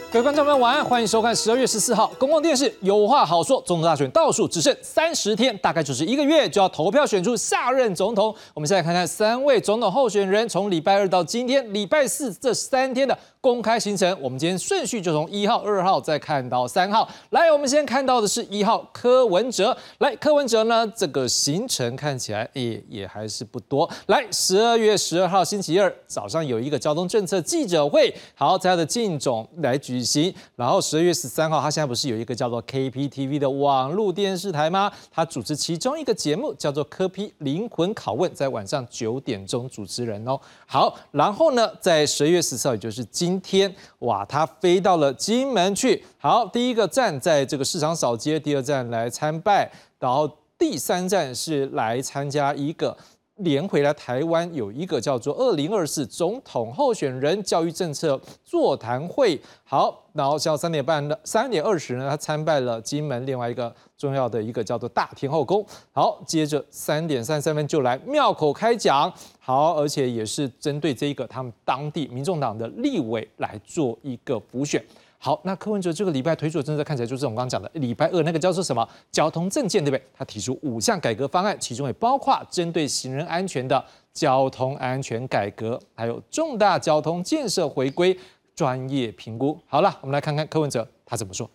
各位观众朋友晚安，欢迎收看12月14号公共电视有话好说。总统大选倒数只剩30天，大概就是1个月就要投票选出下任总统。我们现在看看3位总统候选人从礼拜2到今天礼拜4这3天的公开行程。我们今天顺序就从1号、2号再看到3号。来，我们先看到的是1号柯文哲。来，柯文哲呢，这个行程看起来也还是不多。来，12月12号星期二早上有一个交通政策记者会，好，在他的竞总来举行。然后12月13号，他现在不是有一个叫做 KPTV 的网络电视台吗？他主持其中一个节目叫做柯 P 灵魂拷问，在晚上9点钟主持人哦。好，然后呢，在12月14号，也就是今天，哇，他飞到了金门去。好，第一个站在这个市场扫街，第2站来参拜，然后第3站是来参加一个。连回来台湾有一个叫做2024总统候选人教育政策座谈会。好，然后像3点20呢，他参拜了金门另外一个重要的一个叫做大天后宫。好，接着3点33分就来庙口开讲。好，而且也是针对这一个他们当地民众党的立委来做一个补选。好，那柯文哲这个礼拜推出的政策看起来就是我们刚刚讲的礼拜2那个叫做什么交通政见，对不对？他提出5项改革方案，其中也包括针对行人安全的交通安全改革，还有重大交通建设回归专业评估。好了，我们来看看柯文哲他怎么说。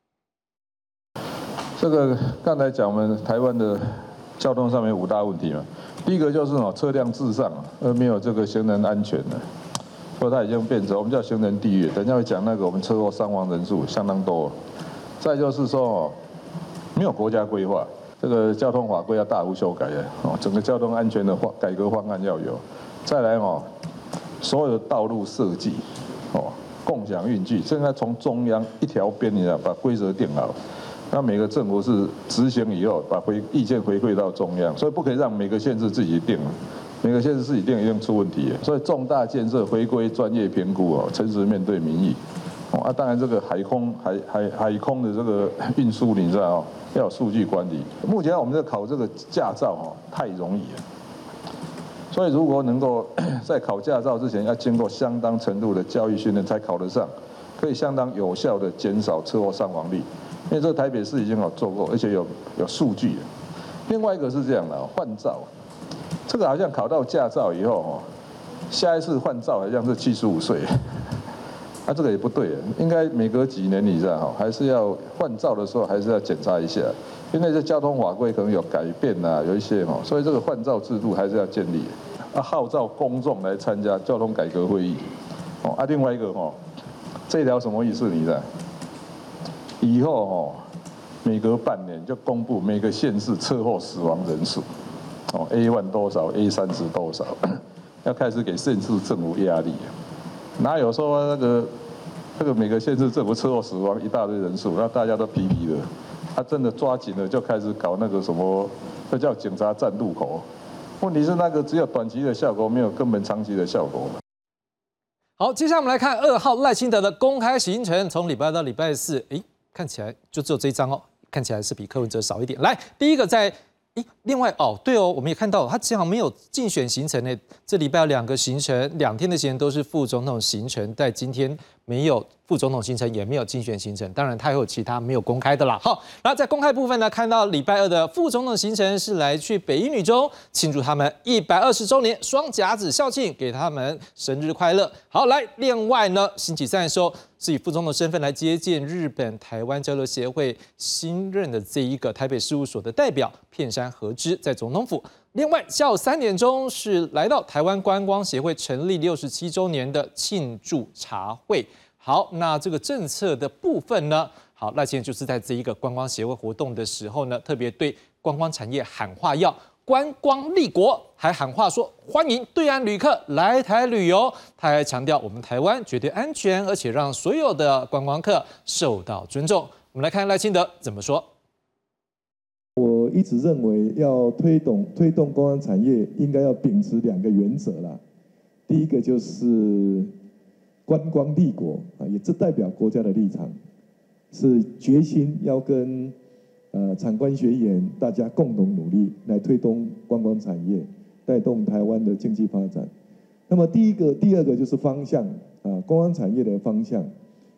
这个刚才讲我们台湾的交通上面5大问题嘛，第一个就是车辆至上，而没有这个行人安全的。所以它已经变成我们叫行人地狱。等一下会讲那个我们车祸伤亡人数相当多。再就是说没有国家规划，这个交通法规要大幅修改整个交通安全的改革方案要有。再来所有的道路设计共享运具，现在从中央一条边把规则定好，那每个政府是执行以后把意见回馈到中央，所以不可以让每个县市自己定。每个县市自己定一定出问题，所以重大建设回归专业评估诚实面对民意。当然这个海空的这个运输，你知道要有数据管理。目前我们在考这个驾照太容易了，所以如果能够在考驾照之前要经过相当程度的教育训练才考得上，可以相当有效的减少车祸伤亡率。因为这个台北市已经有做过，而且有数据。另外一个是这样的换照。这个好像考到驾照以后下一次换照好像是75岁，这个也不对，应该每隔几年你知道还是要换照的时候还是要检查一下，因为这交通法规可能有改变有一些所以这个换照制度还是要建立。号召公众来参加交通改革会议。另外一个这条什么意思你知道？以后每隔半年就公布每个县市车祸死亡人数。A1 多少 ，A30多少，要开始给县市政府压力。哪有说那个每个县市政府车祸死亡一大堆人数，那大家都皮皮的。他真的抓紧了就开始搞那个什么，这叫警察站路口。问题是那个只有短期的效果，没有根本长期的效果。 好，接下来我们来看2号赖清德的公开行程，从礼拜2到礼拜4，看起来就只有这一张看起来是比柯文哲少一点。来，第一个在。另外对我们也看到他这样没有竞选行程呢。这礼拜有2个行程，2天的行程都是副总统行程，在今天没有副总统行程，也没有竞选行程。当然，他还有其他没有公开的啦。好，然后在公开部分呢，看到礼拜2的副总统行程是来去北一女中庆祝他们120周年双甲子校庆，给他们生日快乐。好，来，另外呢，星期3的时候是以副总统身份来接见日本台湾交流协会新任的这一个台北事务所的代表片山和之，在总统府。另外，下午3点钟是来到台湾观光协会成立67周年的庆祝茶会。好，那这个政策的部分呢？好，赖清德就是在这一个观光协会活动的时候呢，特别对观光产业喊话，要观光立国，还喊话说欢迎对岸旅客来台旅游。他还强调我们台湾绝对安全，而且让所有的观光客受到尊重。我们来看赖清德怎么说。 我一直认为要推动观光产业，应该要秉持2个原则啦。第一个就是观光立国也这代表国家的立场，是决心要跟产官学研大家共同努力来推动观光产业，带动台湾的经济发展。那么第二个就是方向观光产业的方向。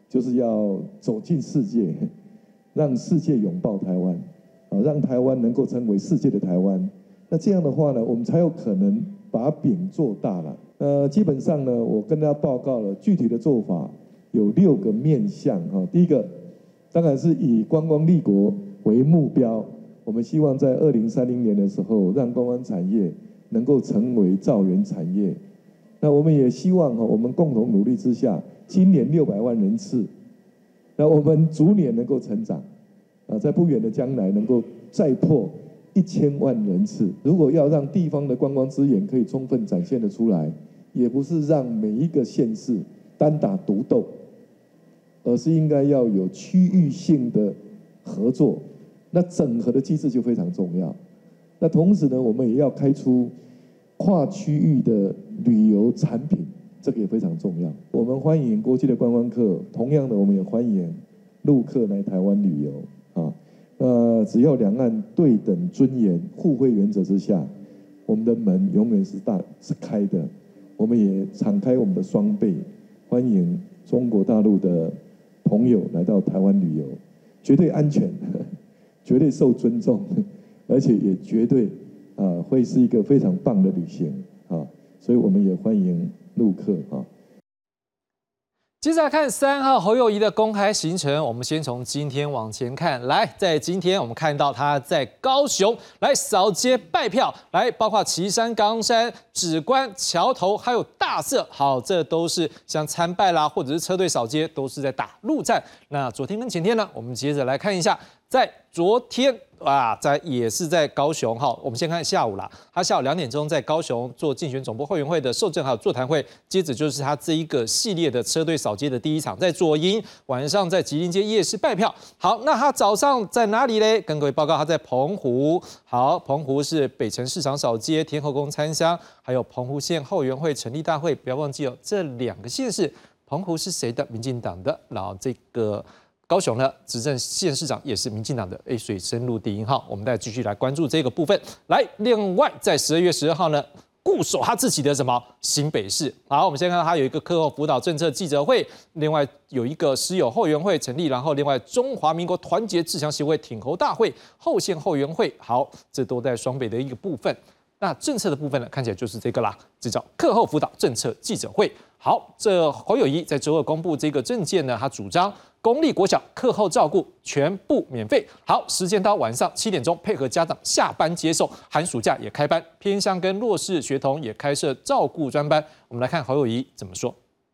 就是要走进世界，让世界拥抱台湾，让台湾能够成为世界的台湾。那这样的话呢，我们才有可能把饼做大了。基本上呢，我跟大家报告了具体的做法有6个面向哈。第一个，当然是以观光立国为目标，我们希望在2030年的时候，让观光产业能够成为兆元产业。那我们也希望我们共同努力之下，今年600万人次，那我们逐年能够成长，在不远的将来能够再破1000万人次。如果要让地方的观光资源可以充分展现得出来，也不是让每一个县市单打独斗，而是应该要有区域性的合作。那整合的机制就非常重要。那同时呢，我们也要开出跨区域的旅游产品，这个也非常重要。我们欢迎国际的观光客，同样的，我们也欢迎陆客来台湾旅游啊。只要两岸对等尊严、互惠原则之下，我们的门永远是开的。我们也敞开我们的双臂，欢迎中国大陆的朋友来到台湾旅游，绝对安全，绝对受尊重，而且也绝对会是一个非常棒的旅行啊！所以我们也欢迎陆客啊。 接着来看3号侯友宜的公开行程，我们先从今天往前看。来，在今天我们看到他在高雄来扫街拜票，来包括旗山、冈山、止关、桥头，还有大社，好，这都是像参拜啦，或者是车队扫街，都是在打陆战。那昨天跟前天呢，我们接着来看一下，在昨天也是在高雄哈，我们先看下午啦，他下午2点钟在高雄做竞选总部会员会的受证还有座谈会，接着就是他这一个系列的车队扫街的第一场，在左营，晚上在吉林街夜市拜票。好，那他早上在哪里嘞？跟各位报告，他在澎湖。好，澎湖是北城市场扫街、天后宫参香，还有澎湖县后援会成立大会。不要忘记哦，这2个县市，澎湖是谁的？民进党的，然后这个高雄呢，执政县市长也是民进党的，所以深入第一号，我们再继续来关注这个部分。来，另外在12月12号呢，固守他自己的什么新北市。好，我们先看到他有一个课后辅导政策记者会，另外有一个师友后援会成立，然后另外中华民国团结志强协会挺侯大会、后线后援会，好，这都在双北的一个部分。那政策的部分呢，看起来就是这个啦，这叫课后辅导政策记者会。好，这侯友宜在周二公布这个政见呢，他主张公立国小课后照顾全部免费。好，时间到晚上7点钟，配合家长下班接送，寒暑假也开班，偏乡跟弱势学童也开设照顾专班。我们来看侯友宜怎么说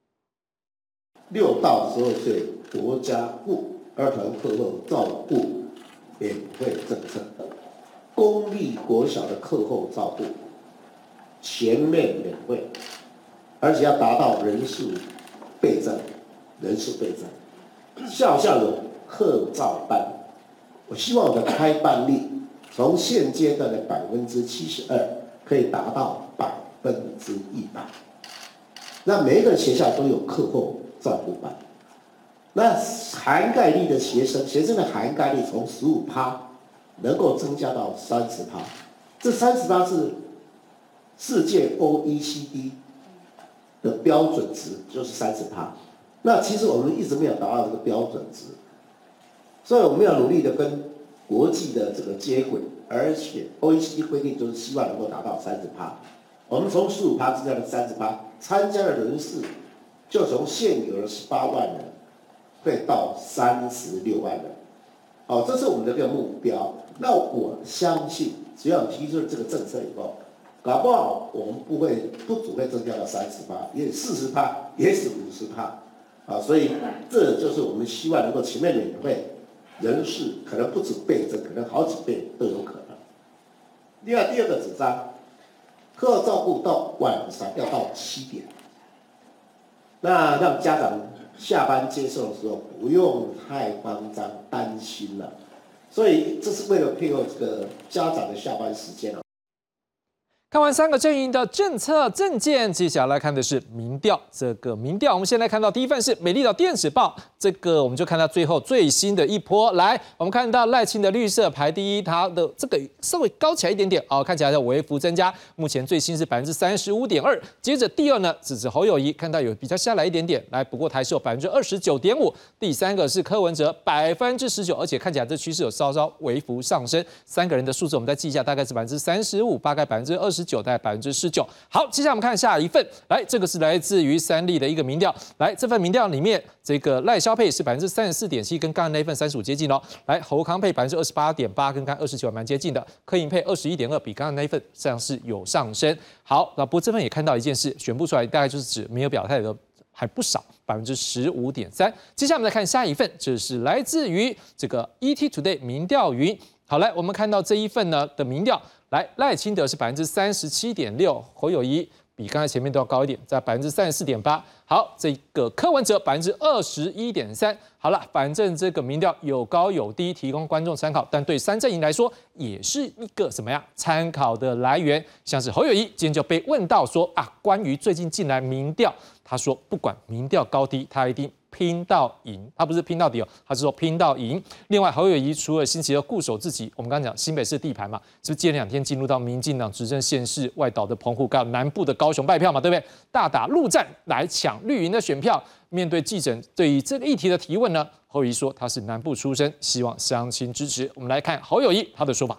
：6到12岁国家部儿童课后照顾免费政策。公立国小的课后照顾全面免费，而且要达到人数倍增。校校有课照班，我希望我的开办率从现阶段的72%可以达到100%。那每一个学校都有课后照顾班，那涵盖率的学生的涵盖率从15%。能够增加到30%，这30%是世界 OECD 的标准值，就是30%。那其实我们一直没有达到这个标准值，所以我们要努力的跟国际的这个接轨，而且 OECD 规定就是希望能够达到30%。我们从15%增加到30%，参加的人数就从现有的18万人会到36万人。好，这是我们的一个目标。那我相信，只要提出了这个政策以后，搞不好我们不只会增加到30%，也许40%，也许50%。啊，所以这就是我们希望能够全面免费，人数可能不止倍增，可能好几倍都有可能。另外第2个主张，课后照顾到晚上要到7点，那让家长下班接送的时候不用太慌张担心了，所以这是为了配合这个家长的下班时间。 看完3个阵营的政策政见，接下来看的是民调。这个民调，我们先来看到第一份是美丽岛电子报，这个我们就看到最后最新的一波。来，我们看到赖清的绿色排第一，它的这个稍微高起来一点点哦，看起来在微幅增加，目前最新是35.2%。接着第二呢，是侯友宜，看到有比较下来一点点，来，不过还是有29.5%。第三个是柯文哲19%，而且看起来这趋势有稍稍微幅上升。3个人的数字我们再记一下，大概是35%，大概29%。大概19%。好，接下来我们看下一份，来，这个是来自于3立的一个民调。来，这份民调里面，这个赖萧配是34.7%，跟刚刚那一份35接近哦。来，侯康配28.8%，跟刚刚29蛮接近的。柯银配21.2%，比刚刚那一份这样是有上升。好，那不过这份也看到一件事，选不出来，大概就是指没有表态的还不少，15.3%。接下来我们再看下一份，这是来自于这个 ET Today 民调云。好，来，我们看到这一份呢的民调。来，赖清德是37.6%，侯友宜比刚才前面都要高一点，在34.8%。好，这个柯文哲21.3%。好了，反正这个民调有高有低，提供观众参考，但对3阵营来说也是一个什么呀？参考的来源。像是侯友宜今天就被问到说啊，关于最近进来民调，他说不管民调高低，他一定拼到赢，他不是拼到底哦，他是说拼到赢。另外，侯友宜除了星期二固守自己，我们刚刚讲新北市地盘嘛，是不是接连2天进入到民进党执政县市外岛的澎湖，还有南部的高雄败票嘛，对不对？大打陆战来抢绿营的选票。面对记者对于这个议题的提问呢，侯友宜说他是南部出身，希望乡亲支持。我们来看侯友宜他的说法。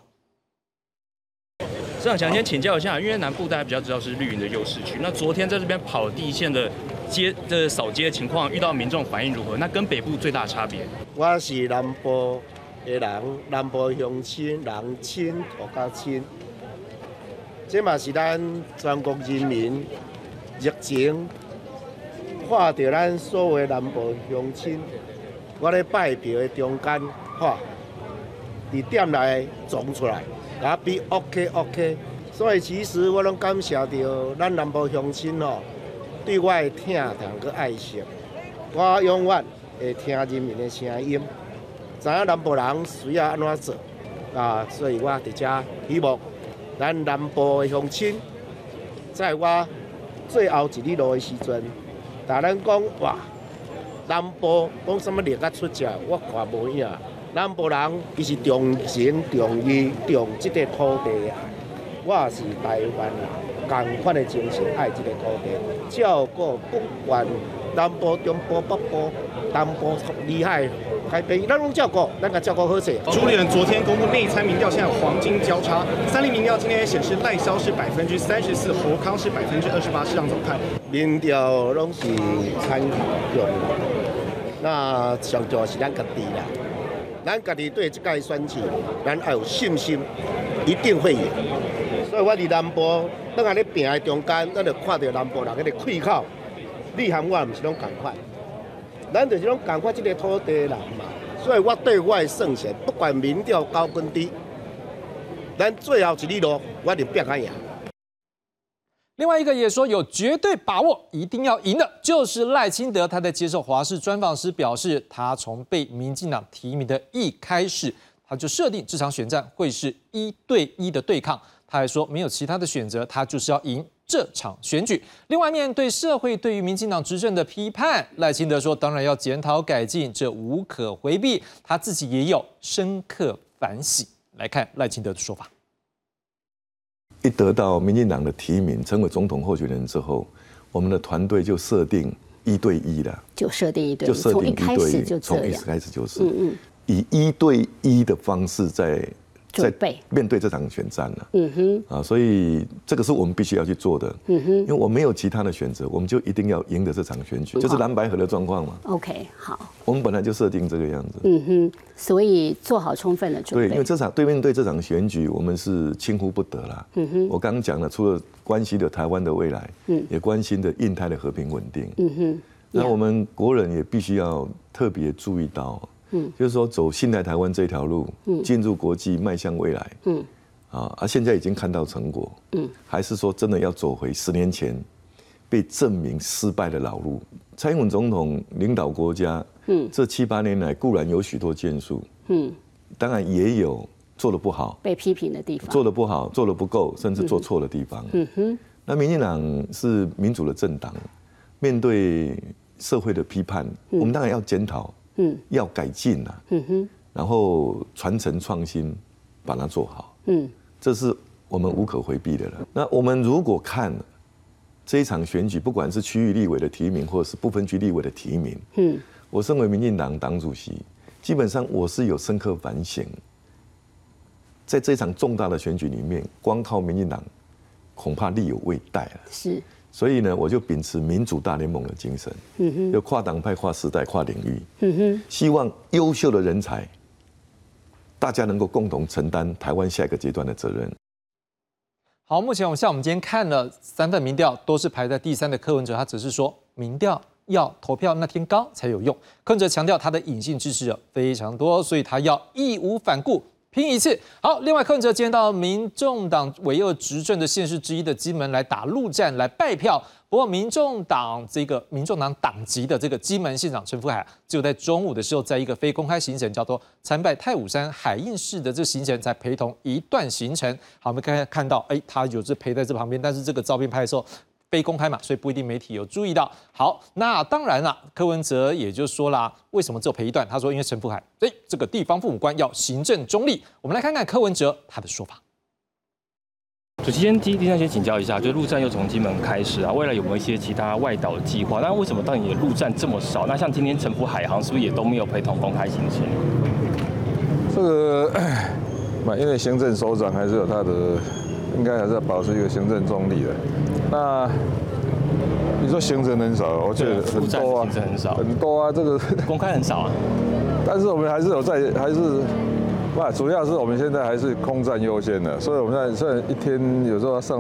市长想先请教一下，因为南部大家比较知道是绿营的优势区，那昨天在这边跑第一线的扫街的情况，遇到民众反应如何？那跟北部最大的差别？ 我是南部的人，南部乡亲，人亲土家亲，这嘛是咱全国人民热情，看到咱所有南部乡亲，我咧拜票的中间看，伫店内撞出来。也比 OK， 所以其实我拢感谢到咱南部乡亲吼，对我的疼痛佮爱惜。我永远会听人民的声音，知影南部人需要安怎做啊，所以我伫遮希望咱南部的乡亲，在我最后一里路的时阵，大咱讲哇，南部讲什么力啊出色，我看无影。南部人伊是重情重义重这个土地啊，我也是台湾人，同款的精神爱这个土地，照顾不管南部、中部、北部、南部厉害，台北咱拢照顾，咱甲照顾好势。 朱立伦昨天公布内参民调，现在黄金交叉，3立民调今天也显示赖萧是34%，侯康是28%，市长怎么看？ 民调拢是参考用的，那上重要是咱家己啦。咱家己对这届选举，咱要有信心，一定会赢。所以我伫南部，咱在咧拼的中间，咱就看到南部人迄个气口，你和我毋是拢同款，咱就是拢同款这个土地人嘛。所以我对我的算算，不管民调高跟低，咱最后一里路，我一定拼甲赢。 另外一个也说有绝对把握一定要赢的，就是赖清德。他在接受华视专访时表示，他从被民进党提名的一开始，他就设定这场选战会是1对1的对抗。他还说没有其他的选择，他就是要赢这场选举。另外，面对社会对于民进党执政的批判，赖清德说当然要检讨改进，这无可回避。他自己也有深刻反省。来看赖清德的说法。 一得到民进党的提名，成为总统候选人之后，我们的团队就设定1对1了， 就设定1对1，从一开始就这样， 从一开始就是，以1对1的方式在面对这场选战了，所以这个是我们必须要去做的，因为我没有其他的选择，我们就一定要赢得这场选举，就是蓝白合的状况嘛。 OK， 好， 我们本来就设定这个样子， 所以做好充分的准备。 对，因为面对这场选举，我们是轻忽不得啦。我刚刚讲了，除了关系的台湾的未来，也关心的印太的和平稳定，那我们国人也必须要特别注意到。就是说走信赖台湾这条路，进入国际，迈向未来，现在已经看到成果，还是说真的要走回10年前被证明失败的老路？蔡英文总统领导国家，这7、8年来固然有许多建树，当然也有做得不好， 被批评的地方， 做得不好，做得不够，甚至做错的地方。那民进党是民主的政党，面对社会的批判，我们当然要检讨，要改进啊，然后传承创新，把它做好。这是我们无可回避的了。那我们如果看这一场选举，不管是区域立委的提名，或者是不分区立委的提名，我身为民进党党主席，基本上我是有深刻反省，在这场重大的选举里面，光靠民进党恐怕力有未逮了。是，所以呢，我就秉持民主大联盟的精神，就跨党派、跨时代、跨领域，希望优秀的人才，大家能够共同承担台湾下一个阶段的责任。 好，目前我们今天看了3份民调，都是排在第3的柯文哲，他只是说民调要投票那天高才有用。柯文哲强调他的隐性支持者非常多，所以他要义无反顾拼一次。好，另外柯文哲今天到民众党唯二执政的县市之一的金门来打陆战，来拜票。不过民众党党籍的这个金门县长陈福海，只有在中午的时候，在一个非公开行程叫做参拜太武山海印寺的这个行程，才陪同一段行程。好，我们刚才看到，他有陪在这旁边，但是这个照片拍的时候非公开嘛，所以不一定媒体有注意到。好，那当然了，柯文哲也就说啦，为什么只有陪一段？他说因为陈福海，这个地方父母官要行政中立。我们来看看柯文哲他的说法。 主席，第三先请教一下，就是陆战又从金门开始啊，未来有没有一些其他外岛的计划？那为什么当你的陆战这么少？那像今天陈福海航是不是也都没有陪同公开行程？ 这个因为行政首长还是有他的，应该还是要保持一个行政中立的。那你说行程很少，我觉得很多啊， 行程很少， 很多啊，这个公开很少啊。但是我们还是主要是我们现在还是空战优先的，所以我们现在一天有时候要上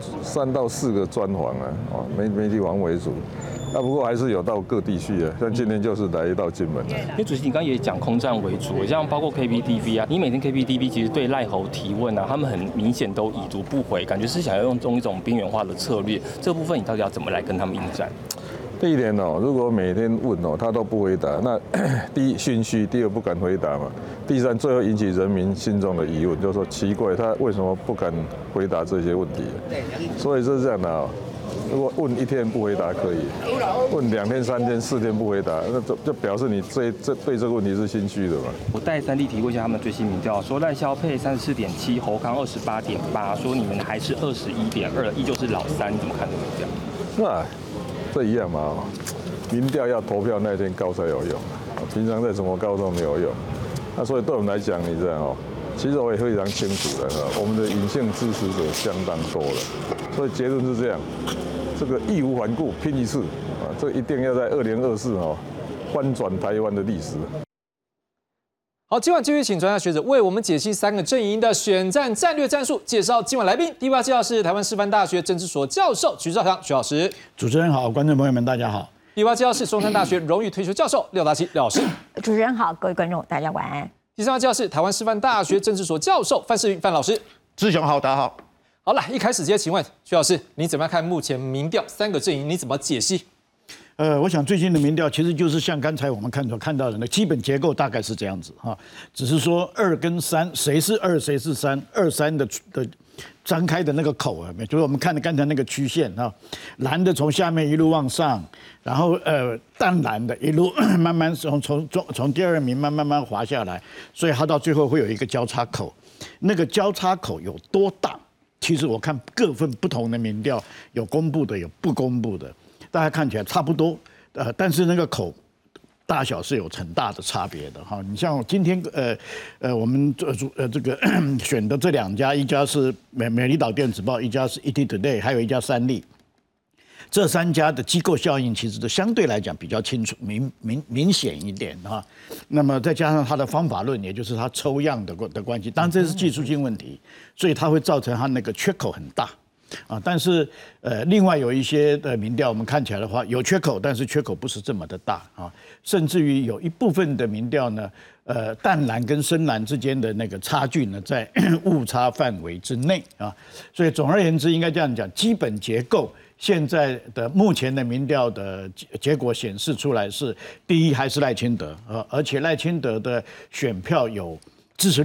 3到4个专访啊，媒体访为主。不过还是有到各地去啊，像今天就是来到金门。 因为主席你刚刚也讲空战为主，像包括 KPTV 啊，你每天 KPTV 其实对赖侯提问啊，他们很明显都已读不回，感觉是想要用一种边缘化的策略。这部分你到底要怎么来跟他们应战？ 第一点如果每天问他都不回答，那第一心虚，第二不敢回答嘛，第三最后引起人民心中的疑问，就是说奇怪他为什么不敢回答这些问题？所以是这样的如果问1天不回答可以，问2天、3天、4天不回答，那就表示你对这个问题是心虚的嘛。 我带3地提问一下他们最新民调，说赖萧配34.7，侯康28.8，说你们还是21.2，依旧是老3，你怎么看这个民调？ 这一样嘛，民调要投票那天高才有用，平常再怎么高都没有用。所以对我们来讲，你这样其实我也非常清楚的，我们的隐性支持者相当多了，所以结论是这样，这个义无反顾拼一次这一定要在2024翻转台湾的历史。 好，今晚继续请专家学者为我们解析3个阵营的选战战略战术。介绍今晚来宾，第一位介绍是台湾师范大学政治所教授徐兆祥徐老师。 主持人好，观众朋友们大家好。 第二位介绍是中山大学荣誉退休教授廖达奇廖老师。 主持人好，各位观众大家晚安。 第三位介绍是台湾师范大学政治所教授范世云范老师。 志雄好，大家好。 好，来一开始直接请问徐老师，你怎么样看目前民调3个阵营？你怎么解析？ 我想最新的民调其实就是像刚才我们看到的那基本结构大概是这样子只是说2跟3谁是2谁是3，2、3的张开的那个口就是我们看的刚才那个曲线蓝的从下面一路往上，然后淡蓝的一路慢慢从第2名慢慢滑下来，所以它到最后会有一个交叉口，那个交叉口有多大？其实我看各份不同的民调有公布的有不公布的。大家看起来差不多，但是那个口大小是有很大的差别的你像今天我们这个选的这2家，一家是美丽岛电子报，一家是 ETtoday， 还有一家3立。这3家的机构效应其实都相对来讲比较清楚、明显一点那么再加上它的方法论，也就是它抽样的关系，当然这是技术性问题，所以它会造成它那个缺口很大。但是另外有一些的民调，我们看起来的话有缺口，但是缺口不是这么的大甚至于有一部分的民调呢，淡蓝跟深蓝之间的那个差距呢，在误差范围之内所以总而言之，应该这样讲，基本结构现在的目前的民调的结果显示出来是，第一还是赖清德而且赖清德的选票有支持率了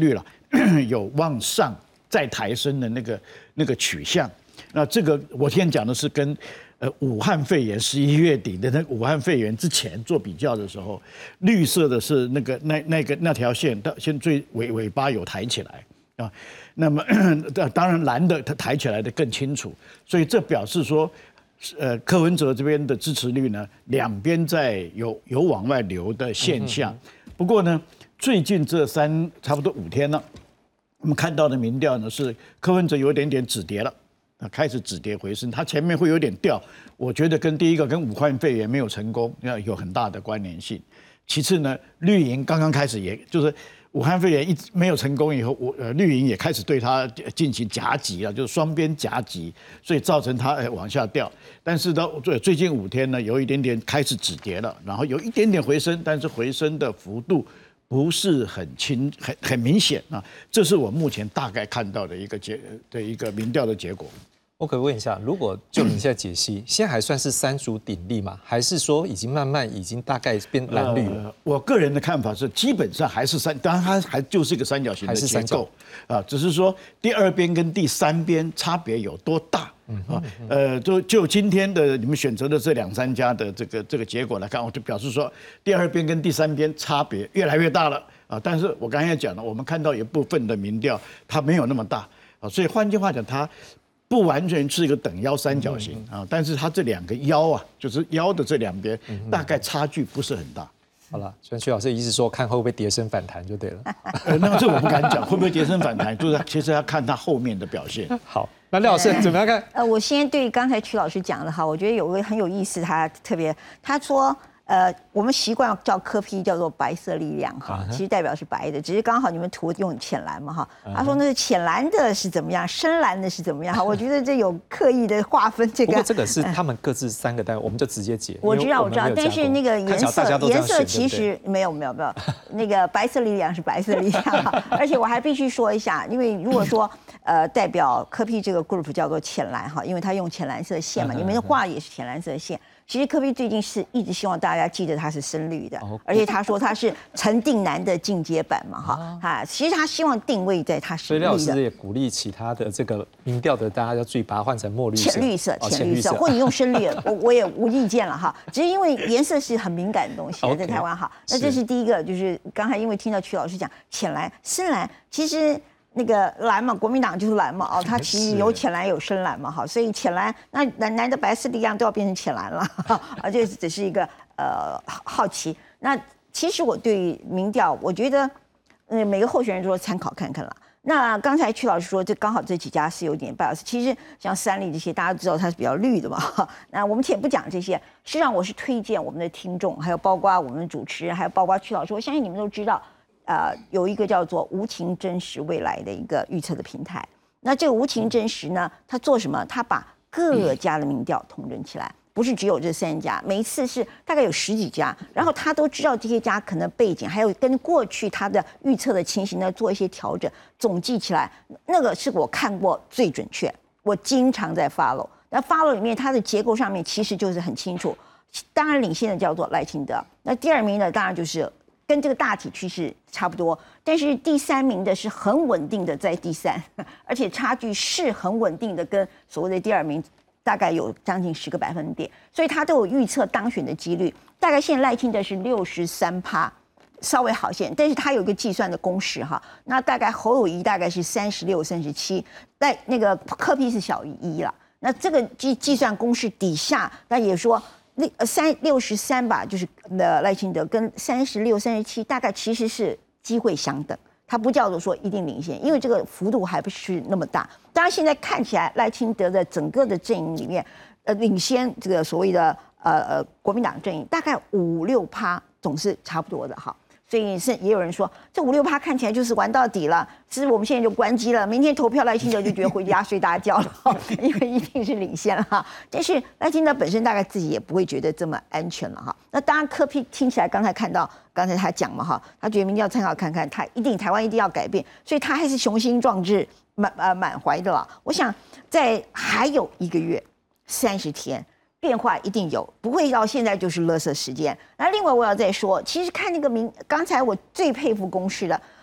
有往上再抬升的那个取向。那这个我今天讲的是跟武汉肺炎11月底的那武汉肺炎之前做比较的时候，绿色的是那条线，现最尾巴有抬起来啊。那么当然蓝的它抬起来的更清楚，所以这表示说，柯文哲这边的支持率呢，两边在有往外流的现象。不过呢，最近这差不多5天了，我们看到的民调呢是柯文哲有点止跌了。开始止跌回升，它前面会有点掉，我觉得跟第一个跟武汉肺炎没有成功有很大的关联性。其次呢，绿营刚刚开始，也就是武汉肺炎一直没有成功以后，绿营也开始对它进行夹击了，就是双边夹击，所以造成它往下掉。但是到最近5天呢，有一点点开始止跌了，然后有一点点回升，但是回升的幅度不是很明显啊，这是我目前大概看到的一个民调的结果。 我可以问一下，如果就你现在解析，现在还算是三足鼎立吗？还是说已经慢慢大概变蓝绿了？ 我个人的看法是，基本上还是当然它还就是一个三角形的结构啊，只是说第2边跟第3边差别有多大啊？就今天的你们选择的这2、3家的这个结果来看，我就表示说，第2边跟第3边差别越来越大了啊。但是我刚才讲了，我们看到有部分的民调它没有那么大啊，所以换句话讲，它不完全是一个等腰三角形啊，但是它这2个腰啊，就是腰的这2边，大概差距不是很大。 好了，虽然曲老师的意思说看会不会跌升反弹就对了。 那这我不敢讲，会不会跌升反弹，就是其实要看它后面的表现。 好，那廖老师怎么样看？ 我先对刚才曲老师讲的哈，我觉得有个很有意思，他说。我们习惯叫柯 P 叫做白色力量哈，其实代表是白的，只是刚好你们图用浅蓝嘛哈。他说那是浅蓝的是怎么样，深蓝的是怎么样哈？我觉得这有刻意的划分这个。 不过这个是他们各自3个单位，我们就直接解。 我知道，但是那个颜色其实没有，那个白色力量是白色力量，而且我还必须说一下，因为如果说代表柯 P 这个 group 叫做浅蓝哈，因为他用浅蓝色线嘛，你们的画也是浅蓝色线。其实柯 P 最近是一直希望大家记得他是深绿的，而且他说他是陈定南的进阶版嘛，哈，其实他希望定位在他深绿的。 所以廖老师也鼓励其他的这个民调的大家要注意，把它换成墨绿色、 浅绿色，或者你用深绿，我也无意见了哈。只是因为颜色是很敏感的东西，在台湾哈。那这是第一个，就是刚才因为听到曲老师讲浅蓝、深蓝，其实。那个蓝嘛，国民党就是蓝嘛，它其实有浅蓝有深蓝嘛，所以浅蓝那难的白色力量都要变成浅蓝了，这只是一个好奇。那其实我对民调，我觉得每个候选人都参考看看了。那刚才曲老师说，这刚好这几家是有点 bias， 其实像三立这些，大家都知道它是比较绿的嘛。那我们且不讲这些，实际上我是推荐我们的听众，还有包括我们的主持人，还有包括曲老师，我相信你们都知道。有一个叫做无情真实未来的一个预测的平台。那这个无情真实呢，它做什么？它把各家的民调统整起来，不是只有这3家，每一次是大概有10几家，然后他都知道这些家可能背景，还有跟过去他的预测的情形呢做一些调整，总计起来，那个是我看过最准确，我经常在 follow。那 follow 里面它的结构上面其实就是很清楚，当然领先的叫做赖清德，那第2名呢当然就是。跟这个大体趋势差不多，但是第3名的是很稳定的在第3，而且差距是很稳定的，跟所谓的第2名大概有将近10个百分点，所以他都有预测当选的几率。大概现在赖清德是63%，稍微好些，但是他有一个计算的公式哈，那大概侯友宜大概是36、37，那个柯 P 是小于1了。那这个计算公式底下，那也说。63吧，就是赖清德跟36、37大概其实是机会相等，它不叫做说一定领先，因为这个幅度还不是那么大。当然现在看起来赖清德的整个的阵营里面，领先这个所谓的国民党阵营大概5、6%总是差不多的哈。所以也有人说，这5、6%看起来就是玩到底了，其实我们现在就关机了，明天投票赖清德就觉得回家睡大觉了，因为一定是领先了哈。但是赖清德本身大概自己也不会觉得这么安全了哈。那当然柯 P 听起来刚才他讲嘛哈，他觉得民调参考看看，台湾一定要改变，所以他还是雄心壮志满怀的了。我想在还有1个月30天。变化一定有，不会到现在就是垃圾时间。那另外我要再说，其实看那个刚才我最佩服公视的，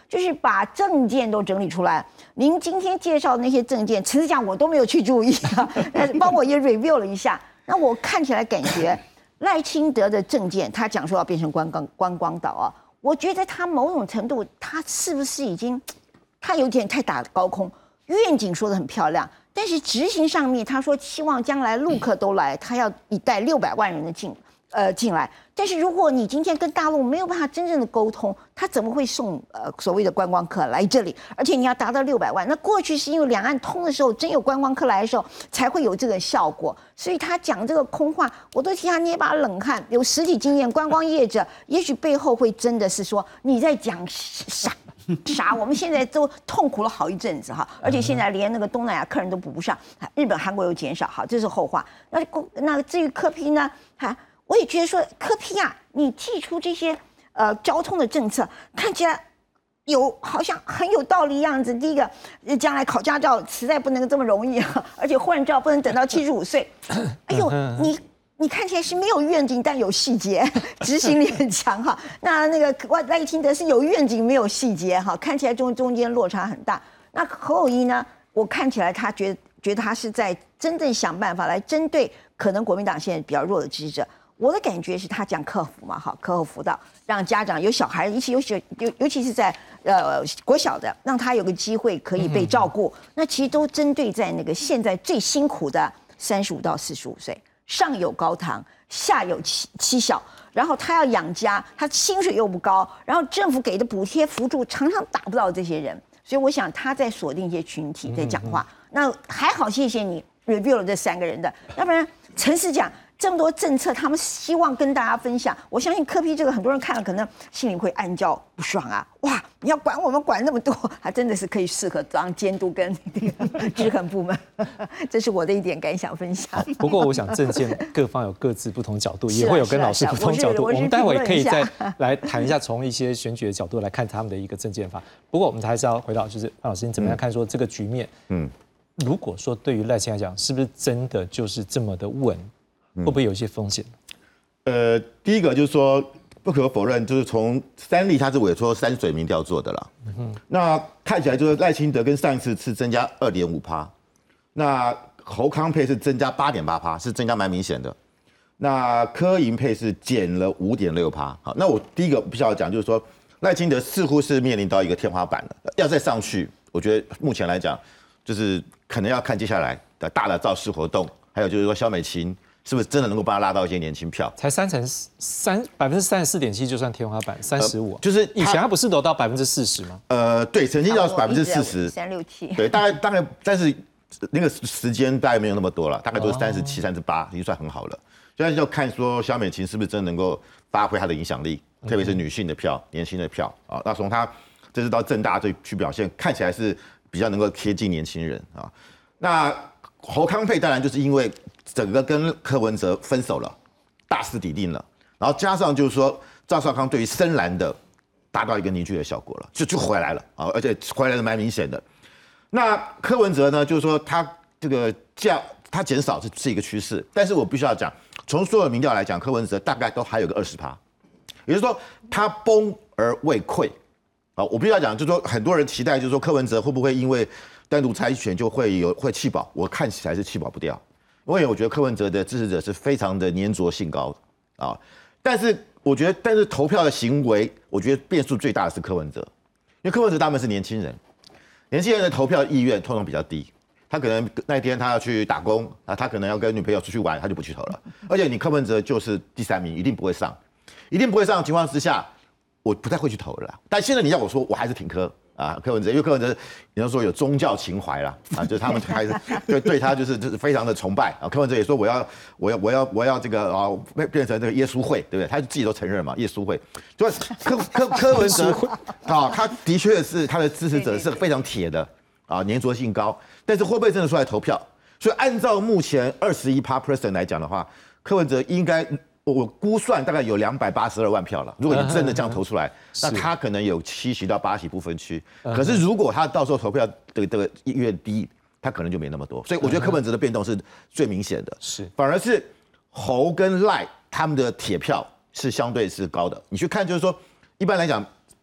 就是把政见都整理出来。您今天介绍的那些政见，诚实讲我都没有去注意啊，帮我也 review 了一下。那我看起来感觉赖清德的政见，他讲说要变成观光岛啊，我觉得他某种程度，他是不是已经他有点太打高空？愿景说得很漂亮，但是执行上面，他说希望将来陆客都来，他要一带600万人的进来。但是如果你今天跟大陆没有办法真正的沟通，他怎么会送所谓的观光客来这里？而且你要达到600万，那过去是因为两岸通的时候，真有观光客来的时候，才会有这个效果。所以他讲这个空话，我都替他捏把冷汗。有实体经验，观光业者也许背后会真的是说你在讲啥？我们现在都痛苦了好一阵子哈，而且现在连那个东南亚客人都补不上，日本、韩国又减少，好，这是后话。那至于柯 P 呢？我也觉得说柯 P 啊，你提出这些交通的政策，看起来好像很有道理样子。第一个，将来考驾照实在不能这么容易啊，而且换照不能等到75岁。哎呦，你看起来是没有愿景，但有细节，执行力很强哈。那个赖清德是有愿景没有细节哈，看起来中间落差很大。那侯友宜呢？我看起来他觉得他是在真正想办法来针对可能国民党现在比较弱的支持者。我的感觉是他讲课辅嘛，好，课后辅导，让家长有小孩一起尤其是在国小的，让他有个机会可以被照顾。那其实都针对在那个现在最辛苦的35到45岁，上有高堂，下有妻小，然后他要养家，他薪水又不高，然后政府给的补贴扶助常常打不到这些人，所以我想他在锁定一些群体在讲话。那还好，谢谢你 review 了这3个人的，要不然诚实讲。这么多政策，他们希望跟大家分享。我相信柯 P 这个很多人看了，可能心里会暗叫不爽啊！哇，你要管我们管那么多，他真的是可以适合当监督跟制衡部门。这是我的一点感想分享。 不过我想政见各方有各自不同角度，也会有跟老师不同角度。我们待会可以再来谈一下，从一些选举的角度来看他们的一个政见法。不过我们还是要回到，就是范老师，你怎么样看说这个局面？如果说对于赖清来讲，是不是真的就是这么的稳？会不会有一些风险？ 第一个就是说，不可否认，就是从3例他是委托山水民调做的啦。那看起来就是赖清德跟上一次是增加2.5%，那侯康配是增加8.8%，是增加蛮明显的。那柯银配是减了5.6%。好，那我第一个必须要讲就是说，赖清德似乎是面临到一个天花板了，要再上去，我觉得目前来讲，就是可能要看接下来的大的造势活动，还有就是说萧美琴。是不是真的能够帮他拉到一些年轻票？ 才34.7%就算天花板，35， 就是以前他不是都到40%吗？ 对，曾经到40%， 367， 对，大概，但是那个时间大概没有那么多了，大概都是37、38，已经算很好了。现在就看说萧美琴是不是真的能够发挥她的影响力，特别是女性的票、年轻的票啊。那从她这次到政大去表现，看起来是比较能够贴近年轻人啊。那侯康配当然就是因为整个跟柯文哲分手了，大势已定了，然后加上就是说赵少康对于深蓝的达到一个凝聚的效果了，就回来了啊，而且回来的蛮明显的。那柯文哲呢，就是说他这个他减少是一个趋势，但是我必须要讲，从所有民调来讲，柯文哲大概都还有个20%，也就是说他崩而未溃啊。我必须要讲，就是说很多人期待，就是说柯文哲会不会因为单独参选就会弃保，我看起来是弃保不掉，因为我觉得柯文哲的支持者是非常的粘着性高的啊。但是投票的行为，我觉得变数最大的是柯文哲，因为柯文哲大部分是年轻人，年轻人的投票意愿通常比较低，他可能那天他要去打工啊，他可能要跟女朋友出去玩，他就不去投了。而且你柯文哲就是第3名，一定不会上的情况之下，我不太会去投了啦。但现在你要我说，我还是挺柯文哲，因为柯文哲你要说有宗教情怀啦啊，就是他们还是对他就是非常的崇拜啊。柯文哲也说我要这个啊变成这个耶稣会，对不对？他自己都承认嘛，耶稣会。就是柯文哲啊，他的确是他的支持者是非常铁的啊，粘着性高，但是会不会真的出来投票？所以按照目前21% 来讲的话，柯文哲应该。我估算大概有282万票了。如果你真的这样投出来，那他可能有7席到8席不分区。可是如果他到时候投票的意愿低，他可能就没那么多。所以我觉得柯文哲的变动是最明显的。是，反而是侯跟赖他们的铁票是相对是高的。你去看，就是说，一般来讲，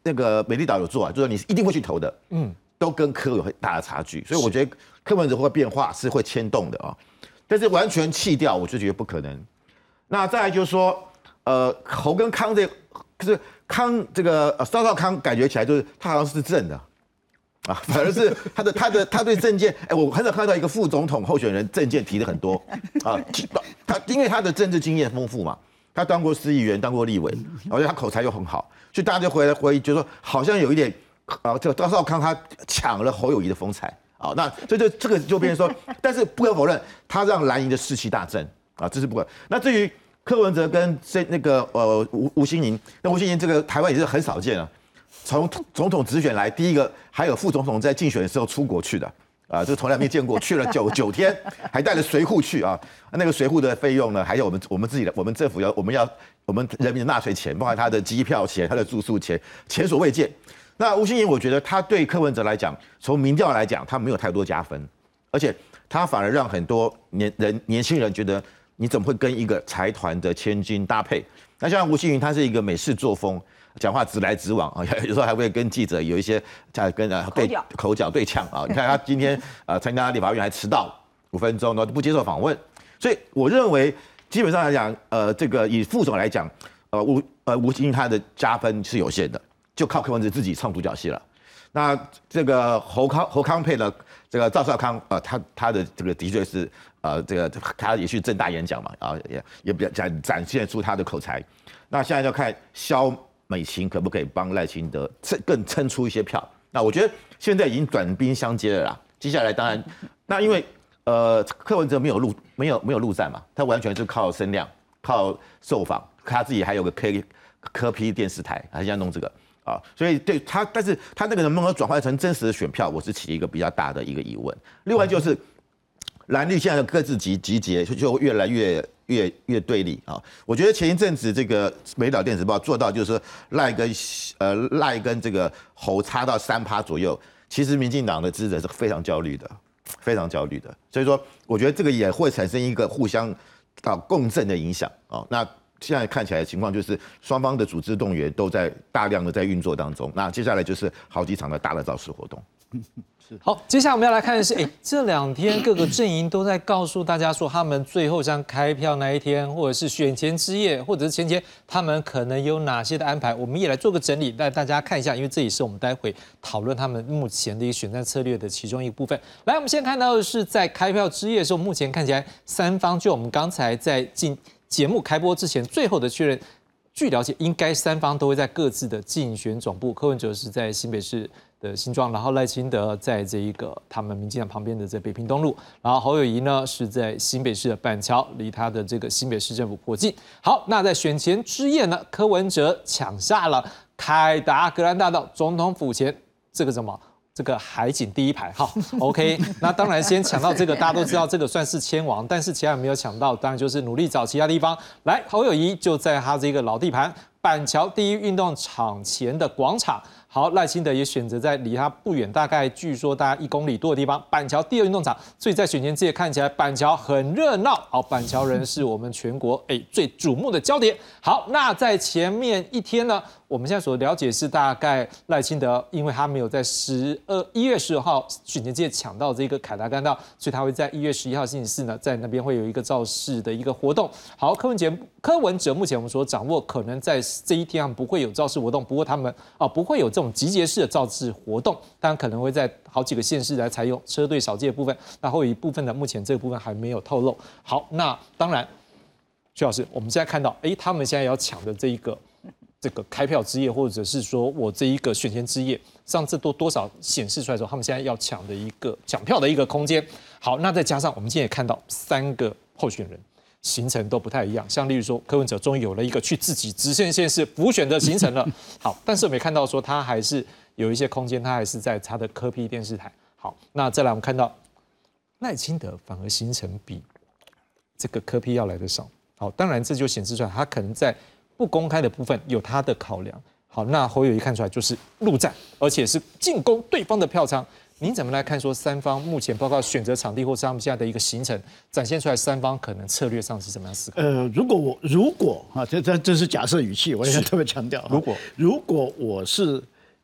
那个美丽岛有做啊，就是你一定会去投的，都跟柯有很大的差距，所以我觉得柯文哲会变化是会牵动的啊，但是完全弃掉，我就觉得不可能。那再来就是说，侯跟康就是康这个赵少康感觉起来就是他好像是正的。啊，反而是他对政见，我很少看到一个副总统候选人政见提的很多啊，他因为他的政治经验丰富嘛，他当过市议员，当过立委，而且他口才又很好，所以大家就回忆，就说好像有一点这个赵少康他抢了侯友宜的风采啊，那这个就变成说，但是不可否认，他让蓝营的士气大振啊，这是不可。那至于柯文哲跟那个吴欣盈，那吴欣盈这个台湾也是很少见啊。从总统直选来，第一个还有副总统在竞选的时候出国去的啊，这从来没见过，去了九天，还带了随扈去啊。那个随扈的费用呢，还有我们自己的，我们政府我们人民的纳税钱，包括他的机票钱、他的住宿钱，前所未见。那吴欣盈，我觉得他对柯文哲来讲，从民调来讲，他没有太多加分，而且他反而让很多年轻人觉得，你怎么会跟一个财团的千金搭配？那像吴欣盈，他是一个美式作风。讲话直来直往啊，有时候还会跟记者有一些跟口角对呛啊。你看他今天参加立法院还迟到5分钟，然后不接受访问，所以我认为基本上来讲，这个以副总来讲，吴欣盈他的加分是有限的，就靠柯文哲自己唱独角戏了。那这个侯康配的这个赵少康他的这个的确是这个他也去政大演讲嘛啊，也比较展现出他的口才。那现在就看萧美琴可不可以帮赖清德更撑出一些票？那我觉得现在已经短兵相接了啦。接下来当然，那因为柯文哲没有陆战嘛，他完全是靠声量、靠受访，他自己还有个柯 P 电视台，他现在弄这个啊，所以对他，但是他那个能不能转换成真实的选票，我是起一个比较大的一个疑问。另外就是蓝绿现在各自集结，就越来越对立啊！我觉得前一阵子这个美岛电子报做到，就是说赖跟这个侯差到3%左右，其实民进党的支持者是非常焦虑的，非常焦虑的。所以说，我觉得这个也会产生一个互相共振的影响啊。那现在看起来的情况就是双方的组织动员都在大量的在运作当中。那接下来就是好几场的大的造势活动。 好，接下来我们要来看的是，这2天各个阵营都在告诉大家说，他们最后像开票那一天，或者是选前之夜，或者是前天，他们可能有哪些的安排，我们也来做个整理，带大家看一下，因为这也是我们待会讨论他们目前的一个选战策略的其中一个部分。来，我们先看到的是在开票之夜的时候，目前看起来3方，就我们刚才在进节目开播之前最后的确认。据了解，应该3方都会在各自的竞选总部。柯文哲是在新北市的新庄，然后赖清德在这一个他们民进党旁边的这北平东路，然后侯友宜呢是在新北市的板桥，离他的这个新北市政府颇近。好，那在选前之夜呢，柯文哲抢下了凯达格兰大道总统府前这个什么？这个海景第一排，好 ，OK， 那当然先抢到这个，大家都知道这个算是签王，但是其他人没有抢到，当然就是努力找其他地方来。侯友宜就在他这个老地盘板桥第一运动场前的广场。好，赖清德也选择在离他不远，大概据说大概1公里多的地方，板桥第2运动场。所以在选前之夜看起来板桥很热闹。好，板桥人是我们全国最瞩目的焦点。好，那在前面一天呢，我们现在所了解是大概赖清德，因为他没有在1月12号选前之夜抢到这个凯达格兰道，所以他会在1月11号星期四呢，在那边会有一个造势的一个活动。好，柯文哲目前我们所掌握，可能在这一天不会有造势活动，不过他们不会有这种集结式的造势活动，当然可能会在好几个县市来采用车队少见的部分，那会有一部分的目前这个部分还没有透露。好，那当然，徐老师，我们现在看到，他们现在要抢的这个开票之夜，或者是说我这一个选前之夜，上次多少显示出来的时候，他们现在要抢的一个抢票的一个空间。好，那再加上我们今天也看到3个候选人。行程都不太一样，像例如说柯文哲终于有了一个去自己直线县市辅选的行程了。好，但是我们也看到说他还是有一些空间，他还是在他的柯 P 电视台。好，那再来我们看到赖清德反而行程比这个柯 P 要来的少。好，当然这就显示出来他可能在不公开的部分有他的考量。好，那侯友宜看出来就是陆战，而且是进攻对方的票仓。您怎么来看说3方目前包括选择场地或是他们现在的一个行程，展现出来3方可能策略上是怎么样思考？ 如果啊，这是假设语气，我也特别强调。如果我是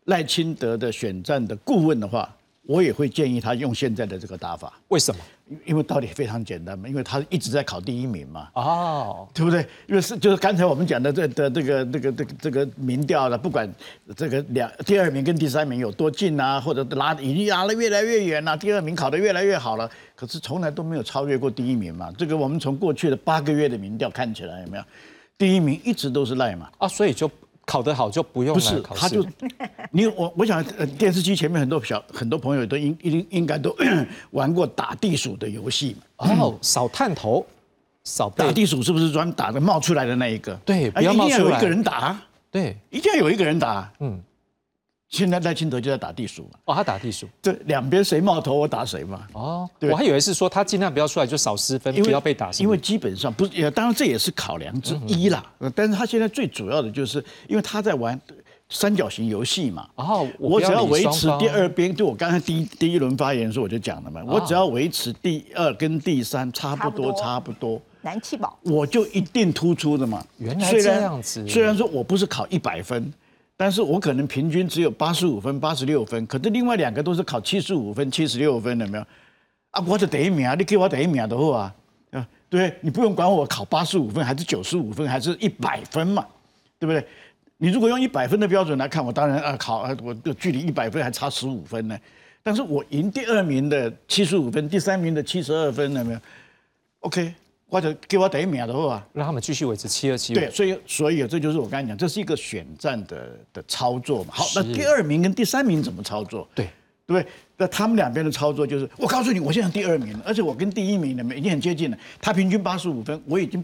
赖清德的选战的顾问的话，我也会建议他用现在的这个打法。 为什么？ 因为道理非常简单嘛，因为他一直在考第一名嘛，对不对？因为就是刚才我们讲的这个民调的，不管这个第二名跟第三名有多近啊，或者已经拉得越来越远啊，第二名考得越来越好了，可是从来都没有超越过第一名嘛。这个我们从过去的8个月的民调看起来有没有？第一名一直都是赖嘛。 所以就考得好就不用来考试。 他就我想电视机前面很多朋友都应该都玩过打地鼠的游戏扫探头， 打地鼠是不是专打的冒出来的那一个？ 对，不要冒出来， 一定要有一个人打， 对， 一定要有一个人打，现在赖清德就在打地鼠嘛。 他打地鼠， 这两边谁冒头我打谁嘛。 我还以为是说他尽量不要出来就少失分，不要被打。 因为基本上不是，当然这也是考量之一啦。但是他现在最主要的就是，因为他在玩三角形游戏嘛。我只要维持第二边，就我刚才第一轮发言的时候我就讲了嘛，我只要维持第二跟第三差不多。 难气保， 我就一定突出的嘛。 原来这样子。 虽然说我不是考100分。但是我可能平均只有85分、86分，可是另外2个都是考75分、76分，有没有？我的第一名，你给我第一名的话对，你不用管我考85分还是95分还是100分嘛，对不对？你如果用100分的标准来看，我当然我的距离100分还差15分呢。但是我赢第2名的75分，第3名的72分，有没有 ？OK。或者给我第一名的话， 让他们继续维持7-2-7。 对，所以这就是我刚才讲，这是一个选战的操作嘛。好，那第2名跟第3名怎么操作？ 对不对？那他们两边的操作就是，我告诉你，我现在第2名了，而且我跟第1名已经很接近了。他平均85分，我已经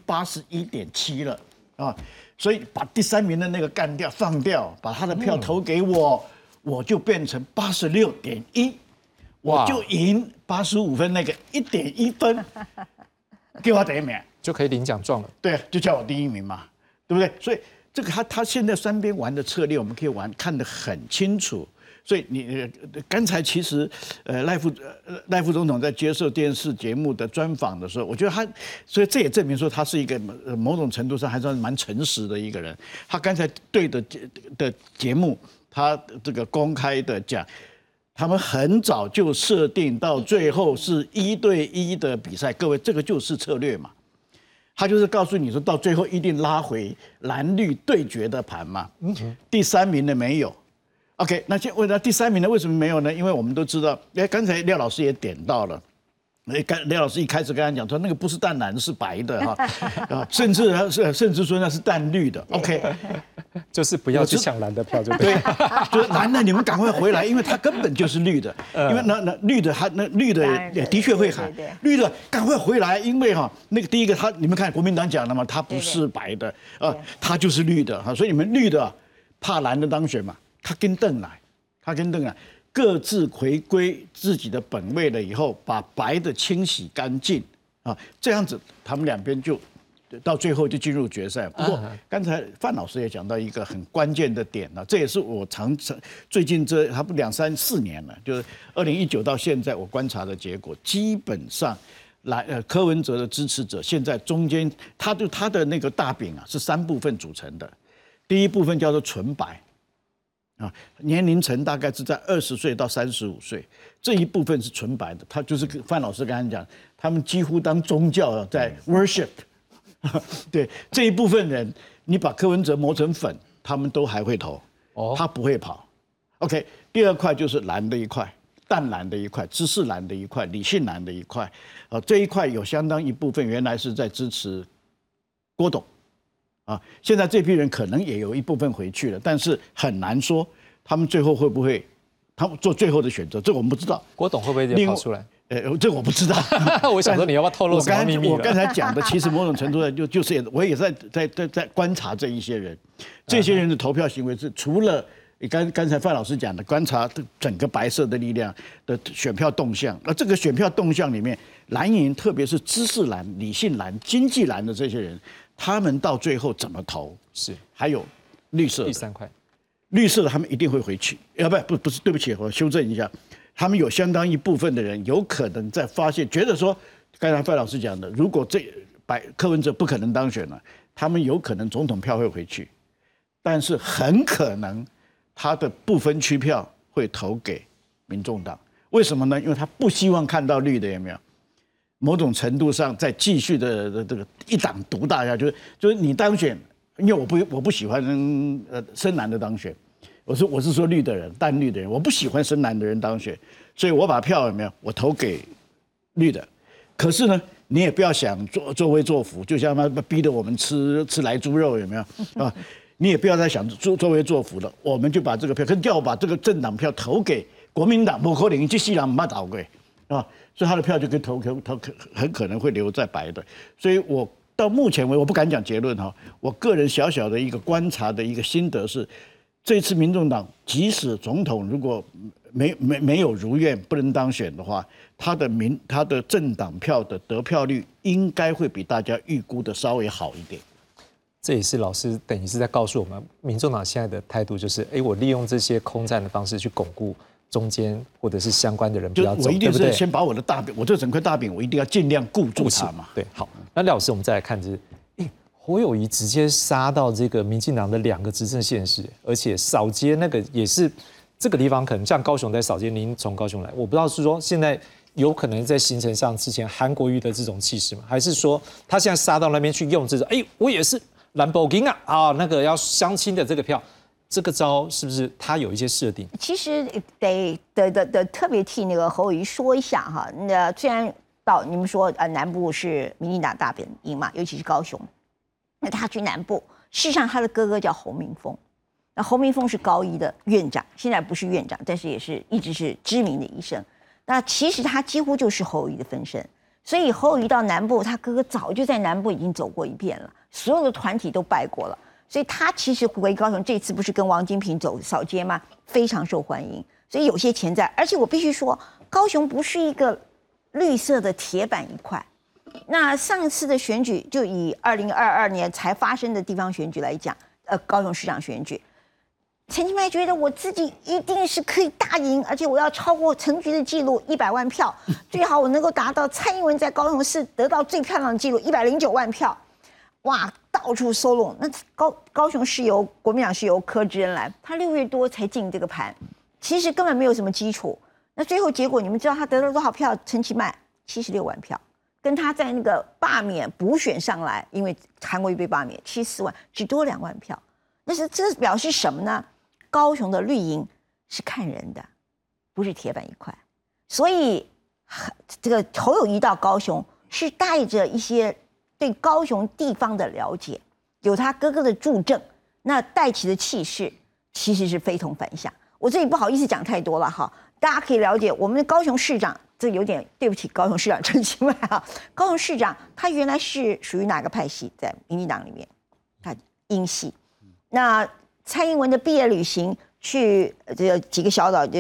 81.7了啊，所以把第3名的那个干掉、放掉，把他的票投给我，我就变成86.1，我就赢85分那个1.1分。给我第1名就可以领奖状了。 对，就叫我第1名嘛，对不对？所以这个他现在3边玩的策略，我们可以看得很清楚。所以你刚才其实赖副总统在接受电视节目的专访的时候，我觉得所以这也证明说他是一个某种程度上还算蛮诚实的一个人。他刚才对的节目，他这个公开的讲。他们很早就设定到最后是1对1的比赛，各位，这个就是策略嘛。他就是告诉你说，到最后一定拉回蓝绿对决的盘嘛。第3名的没有。OK， 那为了第3名的为什么没有呢？因为我们都知道，刚才廖老师也点到了。廖老师一开始跟他讲说，那个不是淡蓝，是白的哈，甚至说那是淡绿的。OK， 就是不要去抢蓝的票就对，就是蓝的你们赶快回来，因为它根本就是绿的，因为那绿的也的确会喊绿的赶快回来，因为那个第一个你们看国民党讲了嘛，它不是白的它就是绿的哈，所以你们绿的怕蓝的当选嘛，他跟邓来。各自回归自己的本位了以后，把白的清洗干净这样子他们两边就到最后就进入决赛。不过刚才范老师也讲到一个很关键的点这也是我最近差不多2、3、4年了，就是2019到现在我观察的结果，基本上柯文哲的支持者现在中间他的那个大饼是3部分组成的，第一部分叫做纯白。年龄层大概是在20岁到35岁，这一部分是纯白的。他就是范老师刚才讲，他们几乎当宗教在 worship。对这一部分人，你把柯文哲磨成粉，他们都还会投，他不会跑。OK， 第2块就是蓝的一块，淡蓝的一块，知识蓝的一块，理性蓝的一块。这一块有相当一部分原来是在支持郭董。现在这批人可能也有一部分回去了，但是很难说他们最后会不会，他们做最后的选择，这我们不知道。 郭董会不会也跑出来？ 这我不知道。 我想说你要不要透露什么秘密？ 我刚才讲的，其实某种程度上就是我也在观察这一些人，这些人的投票行为是除了刚才范老师讲的观察整个白色的力量的选票动向，而这个选票动向里面，蓝营特别是知识蓝、理性蓝、经济蓝的这些人。他们到最后怎么投？ 是还有绿色的第3块， 绿色的他们一定会回去。不是，对不起，我修正一下，他们有相当一部分的人有可能在发现，觉得说，刚才范老师讲的，如果柯文哲不可能当选了，他们有可能总统票会回去，但是很可能他的不分区票会投给民众党。为什么呢？因为他不希望看到绿的有没有某种程度上再继续的这个一党独大下去，就是你当选，因为我不喜欢深蓝的当选，我是说绿的人，淡绿的人，我不喜欢深蓝的人当选，所以我把票有没有我投给绿的。可是呢，你也不要想作威作福，就像他逼得我们吃来猪肉有没有啊？你也不要再想作威作福了，我们就把这个票，跟叫我把这个政党票投给国民党，不可能这世人唔捌投过啊，所以他的票就跟投很可能会留在白的。所以我到目前为止，我不敢讲结论哈，我个人小小的一个观察的一个心得是，这次民众党即使总统如果没有如愿不能当选的话，他的政党票的得票率应该会比大家预估的稍微好一点。 这也是老师等于是在告诉我们，民众党现在的态度就是，我利用这些空战的方式去巩固中间或者是相关的人不要走， 我一定是先把我的大饼，我这整块大饼，我一定要尽量固住它嘛。 对，好，那廖老师，我们再来看就是，侯友宜直接杀到这个民进党的2个执政县市，而且扫街那个也是这个地方，可能像高雄在扫街，您从高雄来，我不知道是说现在有可能在行程上之前韩国瑜的这种气势吗？还是说他现在杀到那边去用这种，我也是兰博基尼那个要相亲的这个票，这个招是不是他有一些设定？ 其实得特别替那个侯友宜说一下哈。那虽然到你们说南部是民进党大本营嘛，尤其是高雄，那他去南部，事实上他的哥哥叫侯明峰，那侯明峰是高医的院长，现在不是院长，但是也是一直是知名的医生。那其实他几乎就是侯友宜的分身。所以侯友宜到南部，他哥哥早就在南部已经走过一遍了，所有的团体都拜过了，所以他其实回高雄这次不是跟王金平走扫街吗？非常受欢迎，所以有些潜在。而且我必须说，高雄不是一个绿色的铁板一块。那上次的选举，就以2022年才发生的地方选举来讲，高雄市长选举，陈其迈觉得我自己一定是可以大赢，而且我要超过陈菊的记录100万票，最好我能够达到蔡英文在高雄市得到最漂亮的记录109万票。哇，到处收拢。那高雄是由国民党是由柯志恩来，他6月多才进这个盘，其实根本没有什么基础。那最后结果你们知道他得了多少票？陈其迈76万票，跟他在那个罢免补选上来，因为韩国瑜被罢免74万，只多2万票。这表示什么呢？高雄的绿营是看人的，不是铁板一块，所以这个侯友宜到高雄是带着一些对高雄地方的了解，有他哥哥的助阵，那带起的气势其实是非同凡响。我这里不好意思讲太多了哈，大家可以了解我们的高雄市长，这有点对不起高雄市长陈其迈啊。高雄市长他原来是属于哪个派系？在民进党里面，他英系。那蔡英文的毕业旅行去这几个小岛，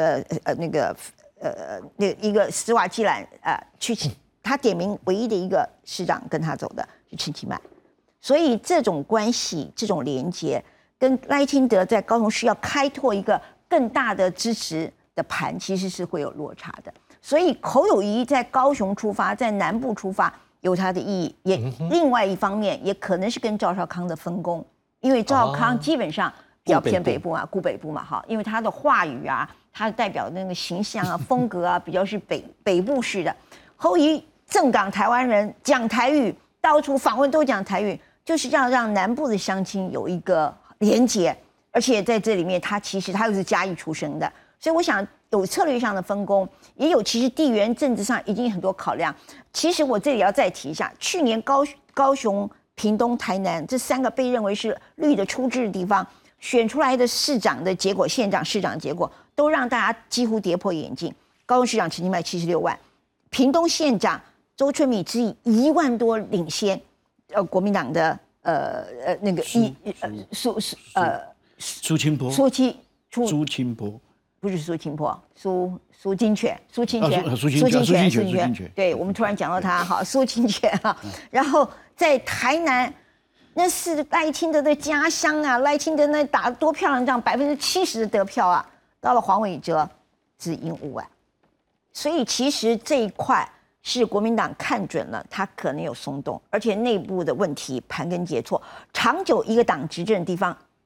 那一个斯瓦基兰去，他点名唯一的一个市长跟他走的是陈其迈，所以这种关系、这种连结，跟赖清德在高雄市要开拓一个更大的支持的盘，其实是会有落差的。所以侯友宜在高雄出发，在南部出发有它的意义，也另外一方面也可能是跟赵少康的分工。因为赵少康基本上比较偏北部嘛，顾北部嘛，哈，因为他的话语啊，他代表的那个形象啊、风格啊，比较是北部式的。侯友宜正港台湾人，讲台语，到处访问都讲台语，就是要让南部的乡亲有一个连结，而且在这里面，他其实他又是嘉义出生的，所以我想有策略上的分工，也有其实地缘政治上已经很多考量。其实我这里要再提一下，去年高雄、屏东、台南这3个被认为是绿的出治的地方，选出来的市长的结果、县长、市长的结果，都让大家几乎跌破眼镜。高雄市长陈其迈76万，屏东县长周春米只以1万多领先，国民党的那个苏清波，苏清波不是苏清波，苏金泉，苏清泉，对，我们突然讲到他哈，苏清泉哈，然后在台南，那是赖清德的家乡啊，赖清德那打多漂亮仗，70%的得票啊，到了黄伟哲只赢5万，所以其实这一块是国民党看准了，他可能有松动，而且内部的问题盘根结错，长久一个党执政的地方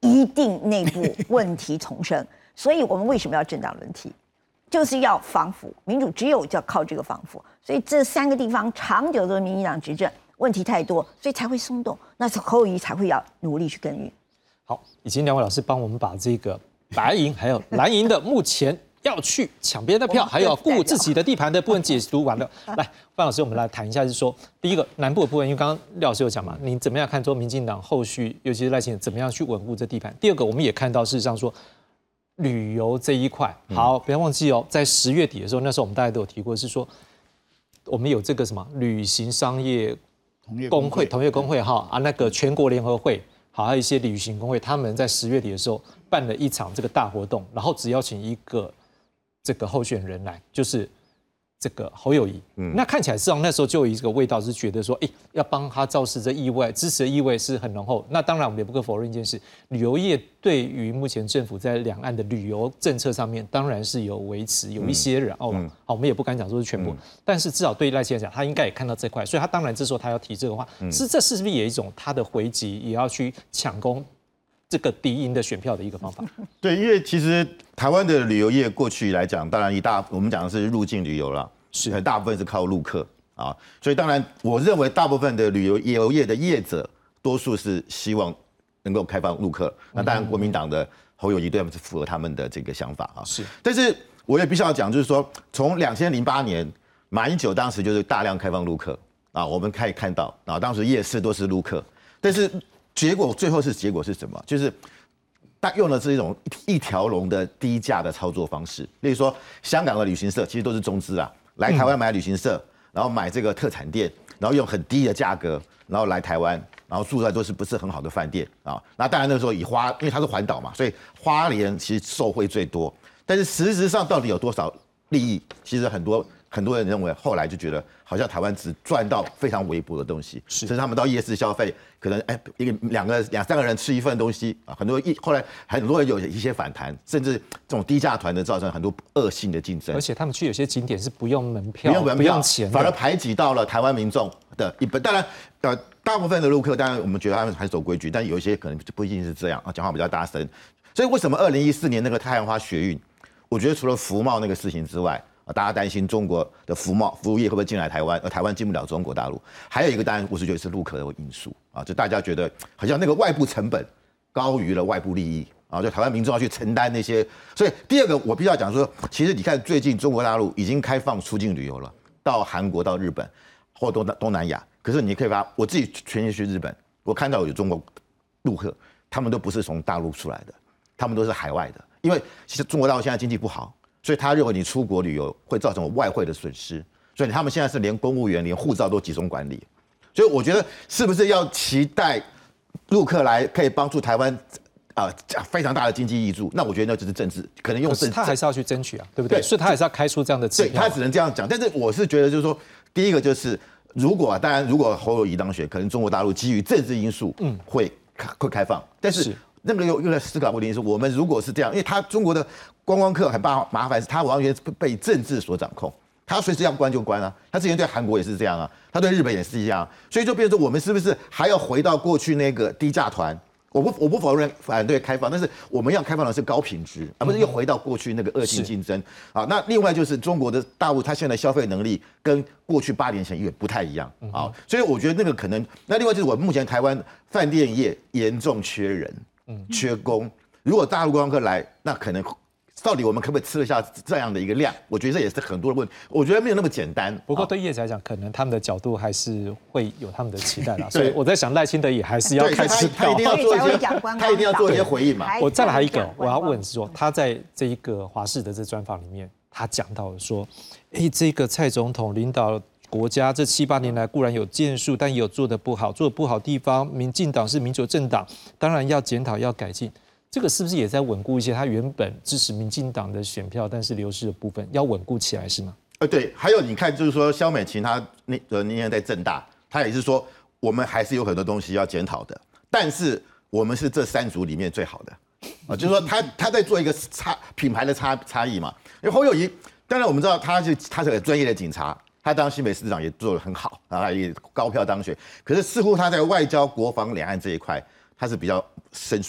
一定内部问题丛生。所以我们为什么要政党轮替？就是要防腐，民主只有要靠这个防腐。所以这3个地方长久的民进党执政问题太多，所以才会松动，那是侯友宜才会要努力去耕耘。好， 已经2位老师帮我们把这个白营还有蓝营的目前要去抢别人的票，还有顾自己的地盘的部分解读完了。来，范老师，我们来谈一下，就是说，第一个南部的部分，因为刚刚廖老师有讲嘛，你怎么样看说民进党后续，尤其是赖清德怎么样去稳固这地盘？第二个，我们也看到，事实上说旅游这一块，好，不要忘记哦，在10月底的时候，那时候我们大家都有提过，是说我们有这个什么旅行商业工会、同业工会哈啊，那个全国联合会，好，还有一些旅行工会，他们在10月底的时候办了一场这个大活动，然后只邀请一个这个候选人来，就是这个侯友宜。那看起来实际上那时候就有一个味道，是觉得说，要帮他造势这意味，支持的意味是很浓厚。那当然我们也不可否认一件事，旅游业对于目前政府在两岸的旅游政策上面，当然是有维持，有一些人好，我们也不敢讲说是全部，但是至少对赖清德讲，他应该也看到这块，所以他当然这时候他要提这个话，这是不是也一种他的回击，也要去抢攻这个敌营的选票的一个方法？ 对，因为其实台湾的旅游业过去来讲，当然我们讲的是入境旅游啦，是很大部分是靠陆客啊，所以当然我认为大部分的旅游业的业者，多数是希望能够开放陆客。那当然国民党的侯友宜对他们是符合他们的这个想法啊。是，但是我也必须要讲，就是说从2008年马英九当时就是大量开放陆客啊，我们可以看到啊，当时夜市都是陆客，但是结果是什么？就是用的是一种一条龙的低价的操作方式。例如说，香港的旅行社其实都是中资啊，来台湾买旅行社，然后买这个特产店，然后用很低的价格，然后来台湾，然后住在都是不是很好的饭店啊。那当然那个时候因为它是环岛嘛，所以花莲其实受惠最多。但是实质上到底有多少利益？其实很多人认为，后来就觉得好像台湾只赚到非常微薄的东西，甚至他们到夜市消费，可能两三个人吃一份东西啊，后来很多人有一些反弹，甚至这种低价团的造成很多恶性的竞争， 而且他们去有些景点是不用门票， 不用钱，反而排挤到了台湾民众的一本。当然，大部分的陆客，当然我们觉得他们还守规矩，但有一些可能不一定是这样啊，讲话比较大声。所以为什么2014年那个太阳花学运，我觉得除了服贸那个事情之外，大家担心中国的服务业会不会进来台湾，而台湾进不了中国大陆。还有一个当然，我是觉得是陆客的因素啊，就大家觉得好像那个外部成本高于了外部利益啊，就台湾民众要去承担那些。所以第二个我必须要讲说，其实你看最近中国大陆已经开放出境旅游了，到韩国、到日本或东南亚。可是你可以发，我自己全年去日本，我看到有中国陆客，他们都不是从大陆出来的，他们都是海外的，因为其实中国大陆现在经济不好。所以他认为你出国旅游会造成外汇的损失，所以他们现在是连公务员、连护照都集中管理。所以我觉得是不是要期待陆客来可以帮助台湾非常大的经济益助？那我觉得那就是政治，可能用政治。 他还是要去争取啊，对不对？所以他还是要开出这样的支票。 对，他只能这样讲。但是我是觉得就是说，第一个就是如果侯友宜当选，可能中国大陆基于政治因素会开放，但是。那个又在思考问题是，我们如果是这样，因为中国的观光客很麻烦，是他完全被政治所掌控，他随时要关就关啊。他之前对韩国也是这样啊，他对日本也是一样，所以就变成说，我们是不是还要回到过去那个低价团？我不否认反对开放，但是我们要开放的是高品质，而不是又回到过去那个恶性竞争啊。那另外就是中国的大陆，它现在消费能力跟过去8年前也不太一样啊，所以我觉得那个可能。那另外就是我们目前台湾饭店业严重缺人。缺工，如果大陆观光客来，那可能到底我们可不可以吃得下这样的一个量？我觉得这也是很多的问题。我觉得没有那么简单。 不过对业者来讲，可能他们的角度还是会有他们的期待啦。所以我在想，赖清德也还是要开始他一定要做一些回应嘛。 我再来一个，我要问是说，他在这一个华视的这专访里面，他讲到了说，这个蔡总统领导国家这7、8年来固然有建树，但也有做得不好的地方。民进党是民主政党，当然要检讨要改进。这个是不是也在稳固一些他原本支持民进党的选票，但是流失的部分要稳固起来是吗？ 对，还有你看，就是说萧美琴她那年在政大，她也是说我们还是有很多东西要检讨的，但是我们是这3组里面最好的啊，就是说他在做一个品牌的差异嘛。因为侯友宜，当然我们知道他是个专业的警察。他当新北市长也做得很好啊，也高票当选。可是似乎他在外交、国防、两岸这一块，他是比较生疏的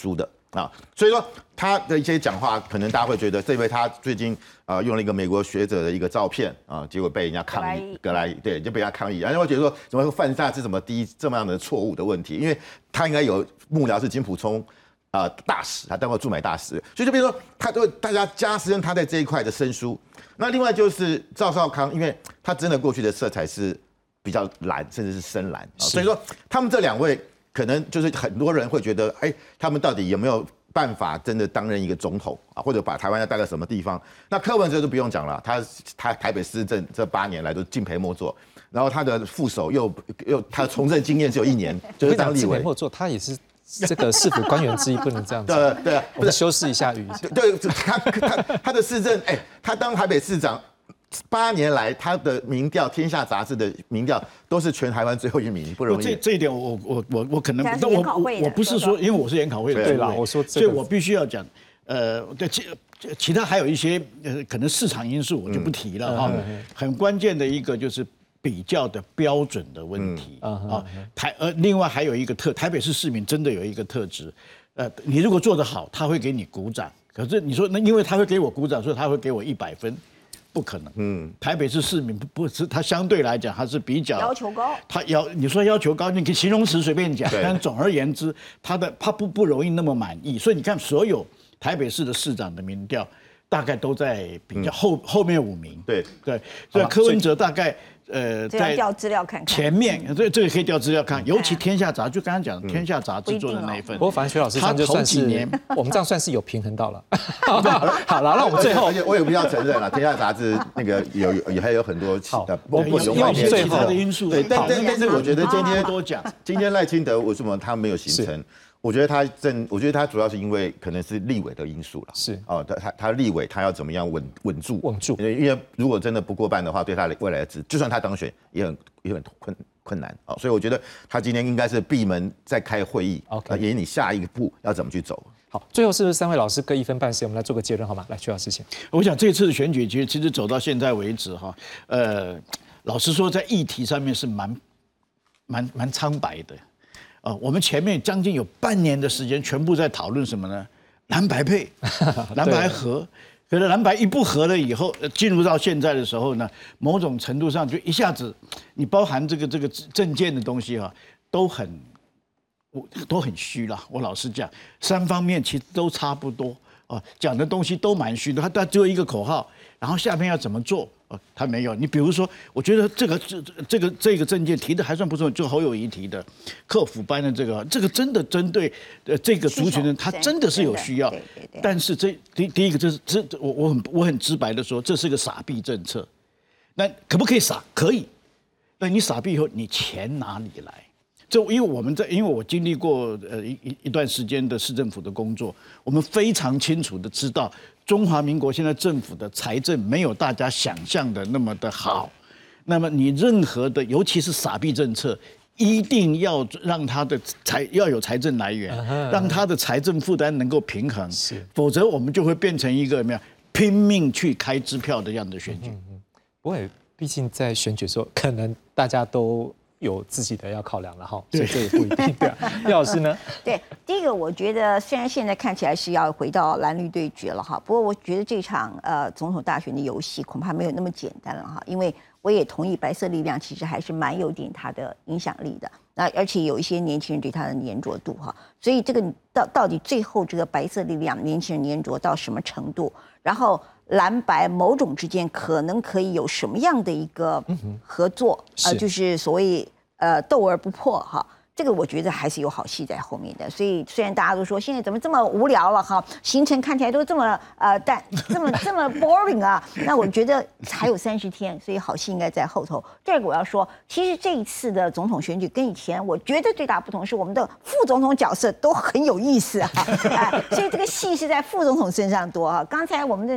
啊。所以说他的一些讲话，可能大家会觉得，这位他最近用了一个美国学者的一个照片啊，结果被人家抗议，格莱对，就被人家抗议，然后会觉得说怎么会犯下这么这么样的错误的问题？因为他应该有幕僚是金溥聪。大使，他当过驻美大使，所以就变成说，他都大家加深他在这一块的生疏。那另外就是赵少康，因为他真的过去的色彩是比较蓝，甚至是深蓝，所以说他们这2位可能就是很多人会觉得，他们到底有没有办法真的担任一个总统啊，或者把台湾要带到什么地方？那柯文哲就不用讲了，他台北市政这8年来都敬陪末座，然后他的副手又他的从政经验只有1年，就是当立委。敬陪末座，他也是。这个市府官员之一不能这样子。 对啊， 我们修饰一下语气。 对，他的市政，他当台北市长8年来，他的民调，《天下》杂志的民调都是全台湾最后1名，不容易。 这一点我可能我不是说，因为我是研考会的， 对啦，我说， 所以我必须要讲，对其他还有一些可能市场因素，我就不提了哈。很关键的一个就是。比较的标准的问题另外还有一个台北市市民真的有一个特质，你如果做得好，他会给你鼓掌。可是你说那因为他会给我鼓掌，所以他会给我100分，不可能。台北市市民不是他相对来讲他是比较要求高， 你说要求高，你可以形容词随便讲，但总而言之，他不容易那么满意。所以你看所有台北市的市长的民调，大概都在比较后面5名。 对， 所以柯文哲大概。 在调资料看看， 前面这个可以调资料看，尤其《天下》杂志，就刚刚讲《天下》杂志做的那一份。 不过反正薛老师这样就算是我们这样算是有平衡到了。好了，那我们最后， 而且我也必须要承认了，《天下》杂志那个还有很多因为其他的因素。 对，但是我觉得今天赖清德为什么他没有形成？我觉得他主要是因为可能是立委的因素了， 是他立委他要怎么样稳住，因为如果真的不过半的话，对他未来的就算他当选也很困难啊，所以我觉得他今天应该是闭门在开会议，演你下一步要怎么去走。 好，最后是不是3位老师各1分半时间，我们来做个结论好吗？来，薛老师先。 我想这次的选举其实走到现在为止哈，老实说在议题上面是蛮苍白的。我们前面将近有半年的时间，全部在讨论什么呢？蓝白配，蓝白合。可是蓝白一不合了以后，进入到现在的时候呢，某种程度上就一下子，你包含这个政见的东西都很虚了。我老实讲，3方面其实都差不多讲的东西都蛮虚的。他只有一个口号，然后下面要怎么做？他没有。你比如说，我觉得这个政见提的还算不错，就侯友宜提的客服班的这个真的针对这个族群人，他真的是有需要。但是第一个我很直白的说，这是个傻逼政策。那可不可以傻？可以。那你傻逼以后，你钱哪里来？因为我经历过一段时间的市政府的工作，我们非常清楚的知道，中华民国现在政府的财政没有大家想象的那么的好。那么你任何的，尤其是傻逼政策，一定要让它的要有财政来源，让它的财政负担能够平衡，否则我们就会变成一个什么样拼命去开支票的样的选举。 不会，毕竟在选举的时候，可能大家都有自己的要考量了哈，所以这也不一定。对，叶老师呢？ 对，第一个我觉得虽然现在看起来是要回到蓝绿对决了哈，不过我觉得这场总统大选的游戏恐怕没有那么简单了哈，因为我也同意白色力量其实还是蛮有点它的影响力的，那而且有一些年轻人对它的粘着度哈，所以这个到底最后这个白色力量年轻人粘着到什么程度，然后蓝白某种之间可以有什么样的一个合作就是所谓斗而不破哈，这个我觉得还是有好戏在后面的。所以虽然大家都说现在怎么这么无聊了哈，行程看起来都这么这么 boring 啊，那我觉得还有30天，所以好戏应该在后头。第二个我要说，其实这一次的总统选举跟以前我觉得最大不同是我们的副总统角色都很有意思啊，所以这个戏是在副总统身上多啊。刚才我们的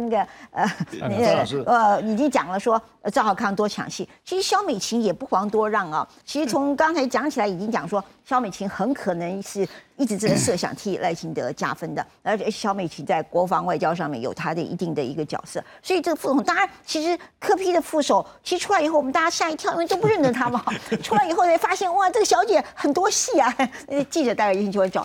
已经讲了说赵少康多抢戏，其实萧美琴也不遑多让啊。其实从刚才讲起来已经讲说，萧美琴很可能是一直在设想替赖清德加分的，而且萧美琴在国防外交上面有她的一定的一个角色，所以这个副总统当然其实柯 P 的副手其实出来以后我们大家吓一跳，因为都不认得他嘛，出来以后才发现哇这个小姐很多戏啊，记者大概一定就会找她。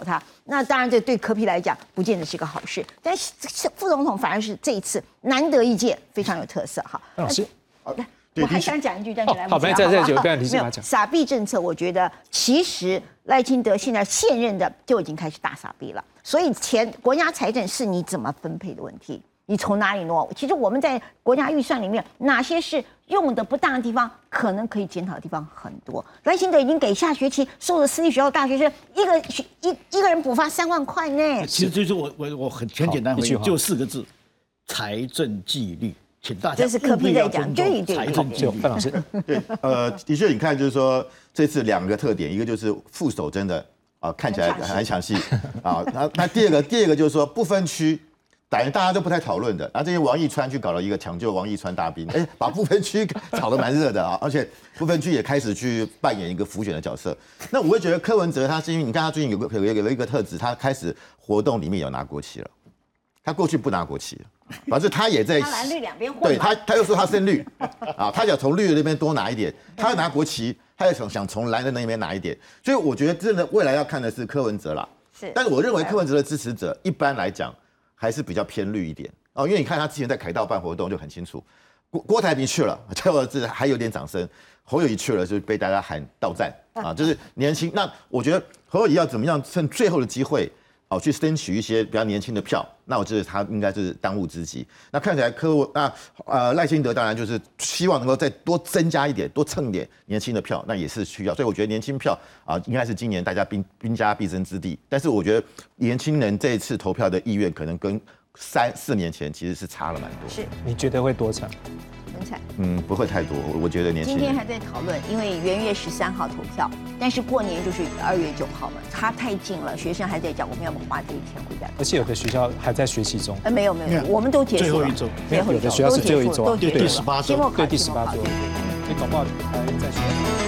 那当然这对柯 P 来讲不见得是个好事，但是副总统反而是这一次难得一见，非常有特色哈。 老师， 我还想讲一句，但是来不及了。 好，本来在有非常提醒他讲。 撒币政策，我觉得其实赖清德现在现任的就已经开始大撒币了，所以国家财政是你怎么分配的问题。你从哪里挪？其实我们在国家预算里面，哪些是用的不当的地方，可能可以检讨的地方很多。赖清德已经给下学期所有的私立学校大学生一个人补发3万块呢。 其实就是我很简单回应，就4个字：财政纪律。请大家这是柯 P 在讲，对， 财政纪律。 范老师， 对，的确，你看就是说这次2个特点，一个就是副手真的看起来很抢戏啊，那第二个就是说不分区。大家都不太讨论的，然后这些王义川去搞了一个抢救王义川大兵，把不分区炒得蛮热的啊，而且不分区也开始去扮演一个辅选的角色。那我会觉得柯文哲他是因为你看他最近有一个特质，他开始活动里面有拿国旗了，他过去不拿国旗，反正他也在他蓝绿两边混， 对他又说他深绿啊，他想从绿的那边多拿一点，他要拿国旗，他也想从蓝的那边拿一点，所以我觉得真的未来要看的是柯文哲啦。 是， 但是我认为柯文哲的支持者一般来讲。还是比较偏绿一点哦，因为你看他之前在凯道办活动就很清楚，郭台铭去了，这个字还有点掌声；侯友宜去了就被大家喊到站啊，就是年轻。那我觉得侯友宜要怎么样趁最后的机会去争取一些比较年轻的票，那我觉得他应该是当务之急。那看起来赖清德当然就是希望能够再多增加一点，多蹭一点年轻的票，那也是需要。所以我觉得年轻票应该是今年大家兵家必争之地。但是我觉得年轻人这一次投票的意愿可能跟3、4年前其实是差了蛮多。 是， 你觉得会多长？ 很惨。 不会太多，我觉得年轻人。 今天还在讨论，因为元月13号投票，但是过年就是2月9号嘛，差太近了，学生还在讲我们要花这一天回家。 而且有的学校还在学习中。 没有，我们都结束了。 最后一周， 有的学校是最后一周， 对，第18周， 对，第18周，对，搞不好还在学。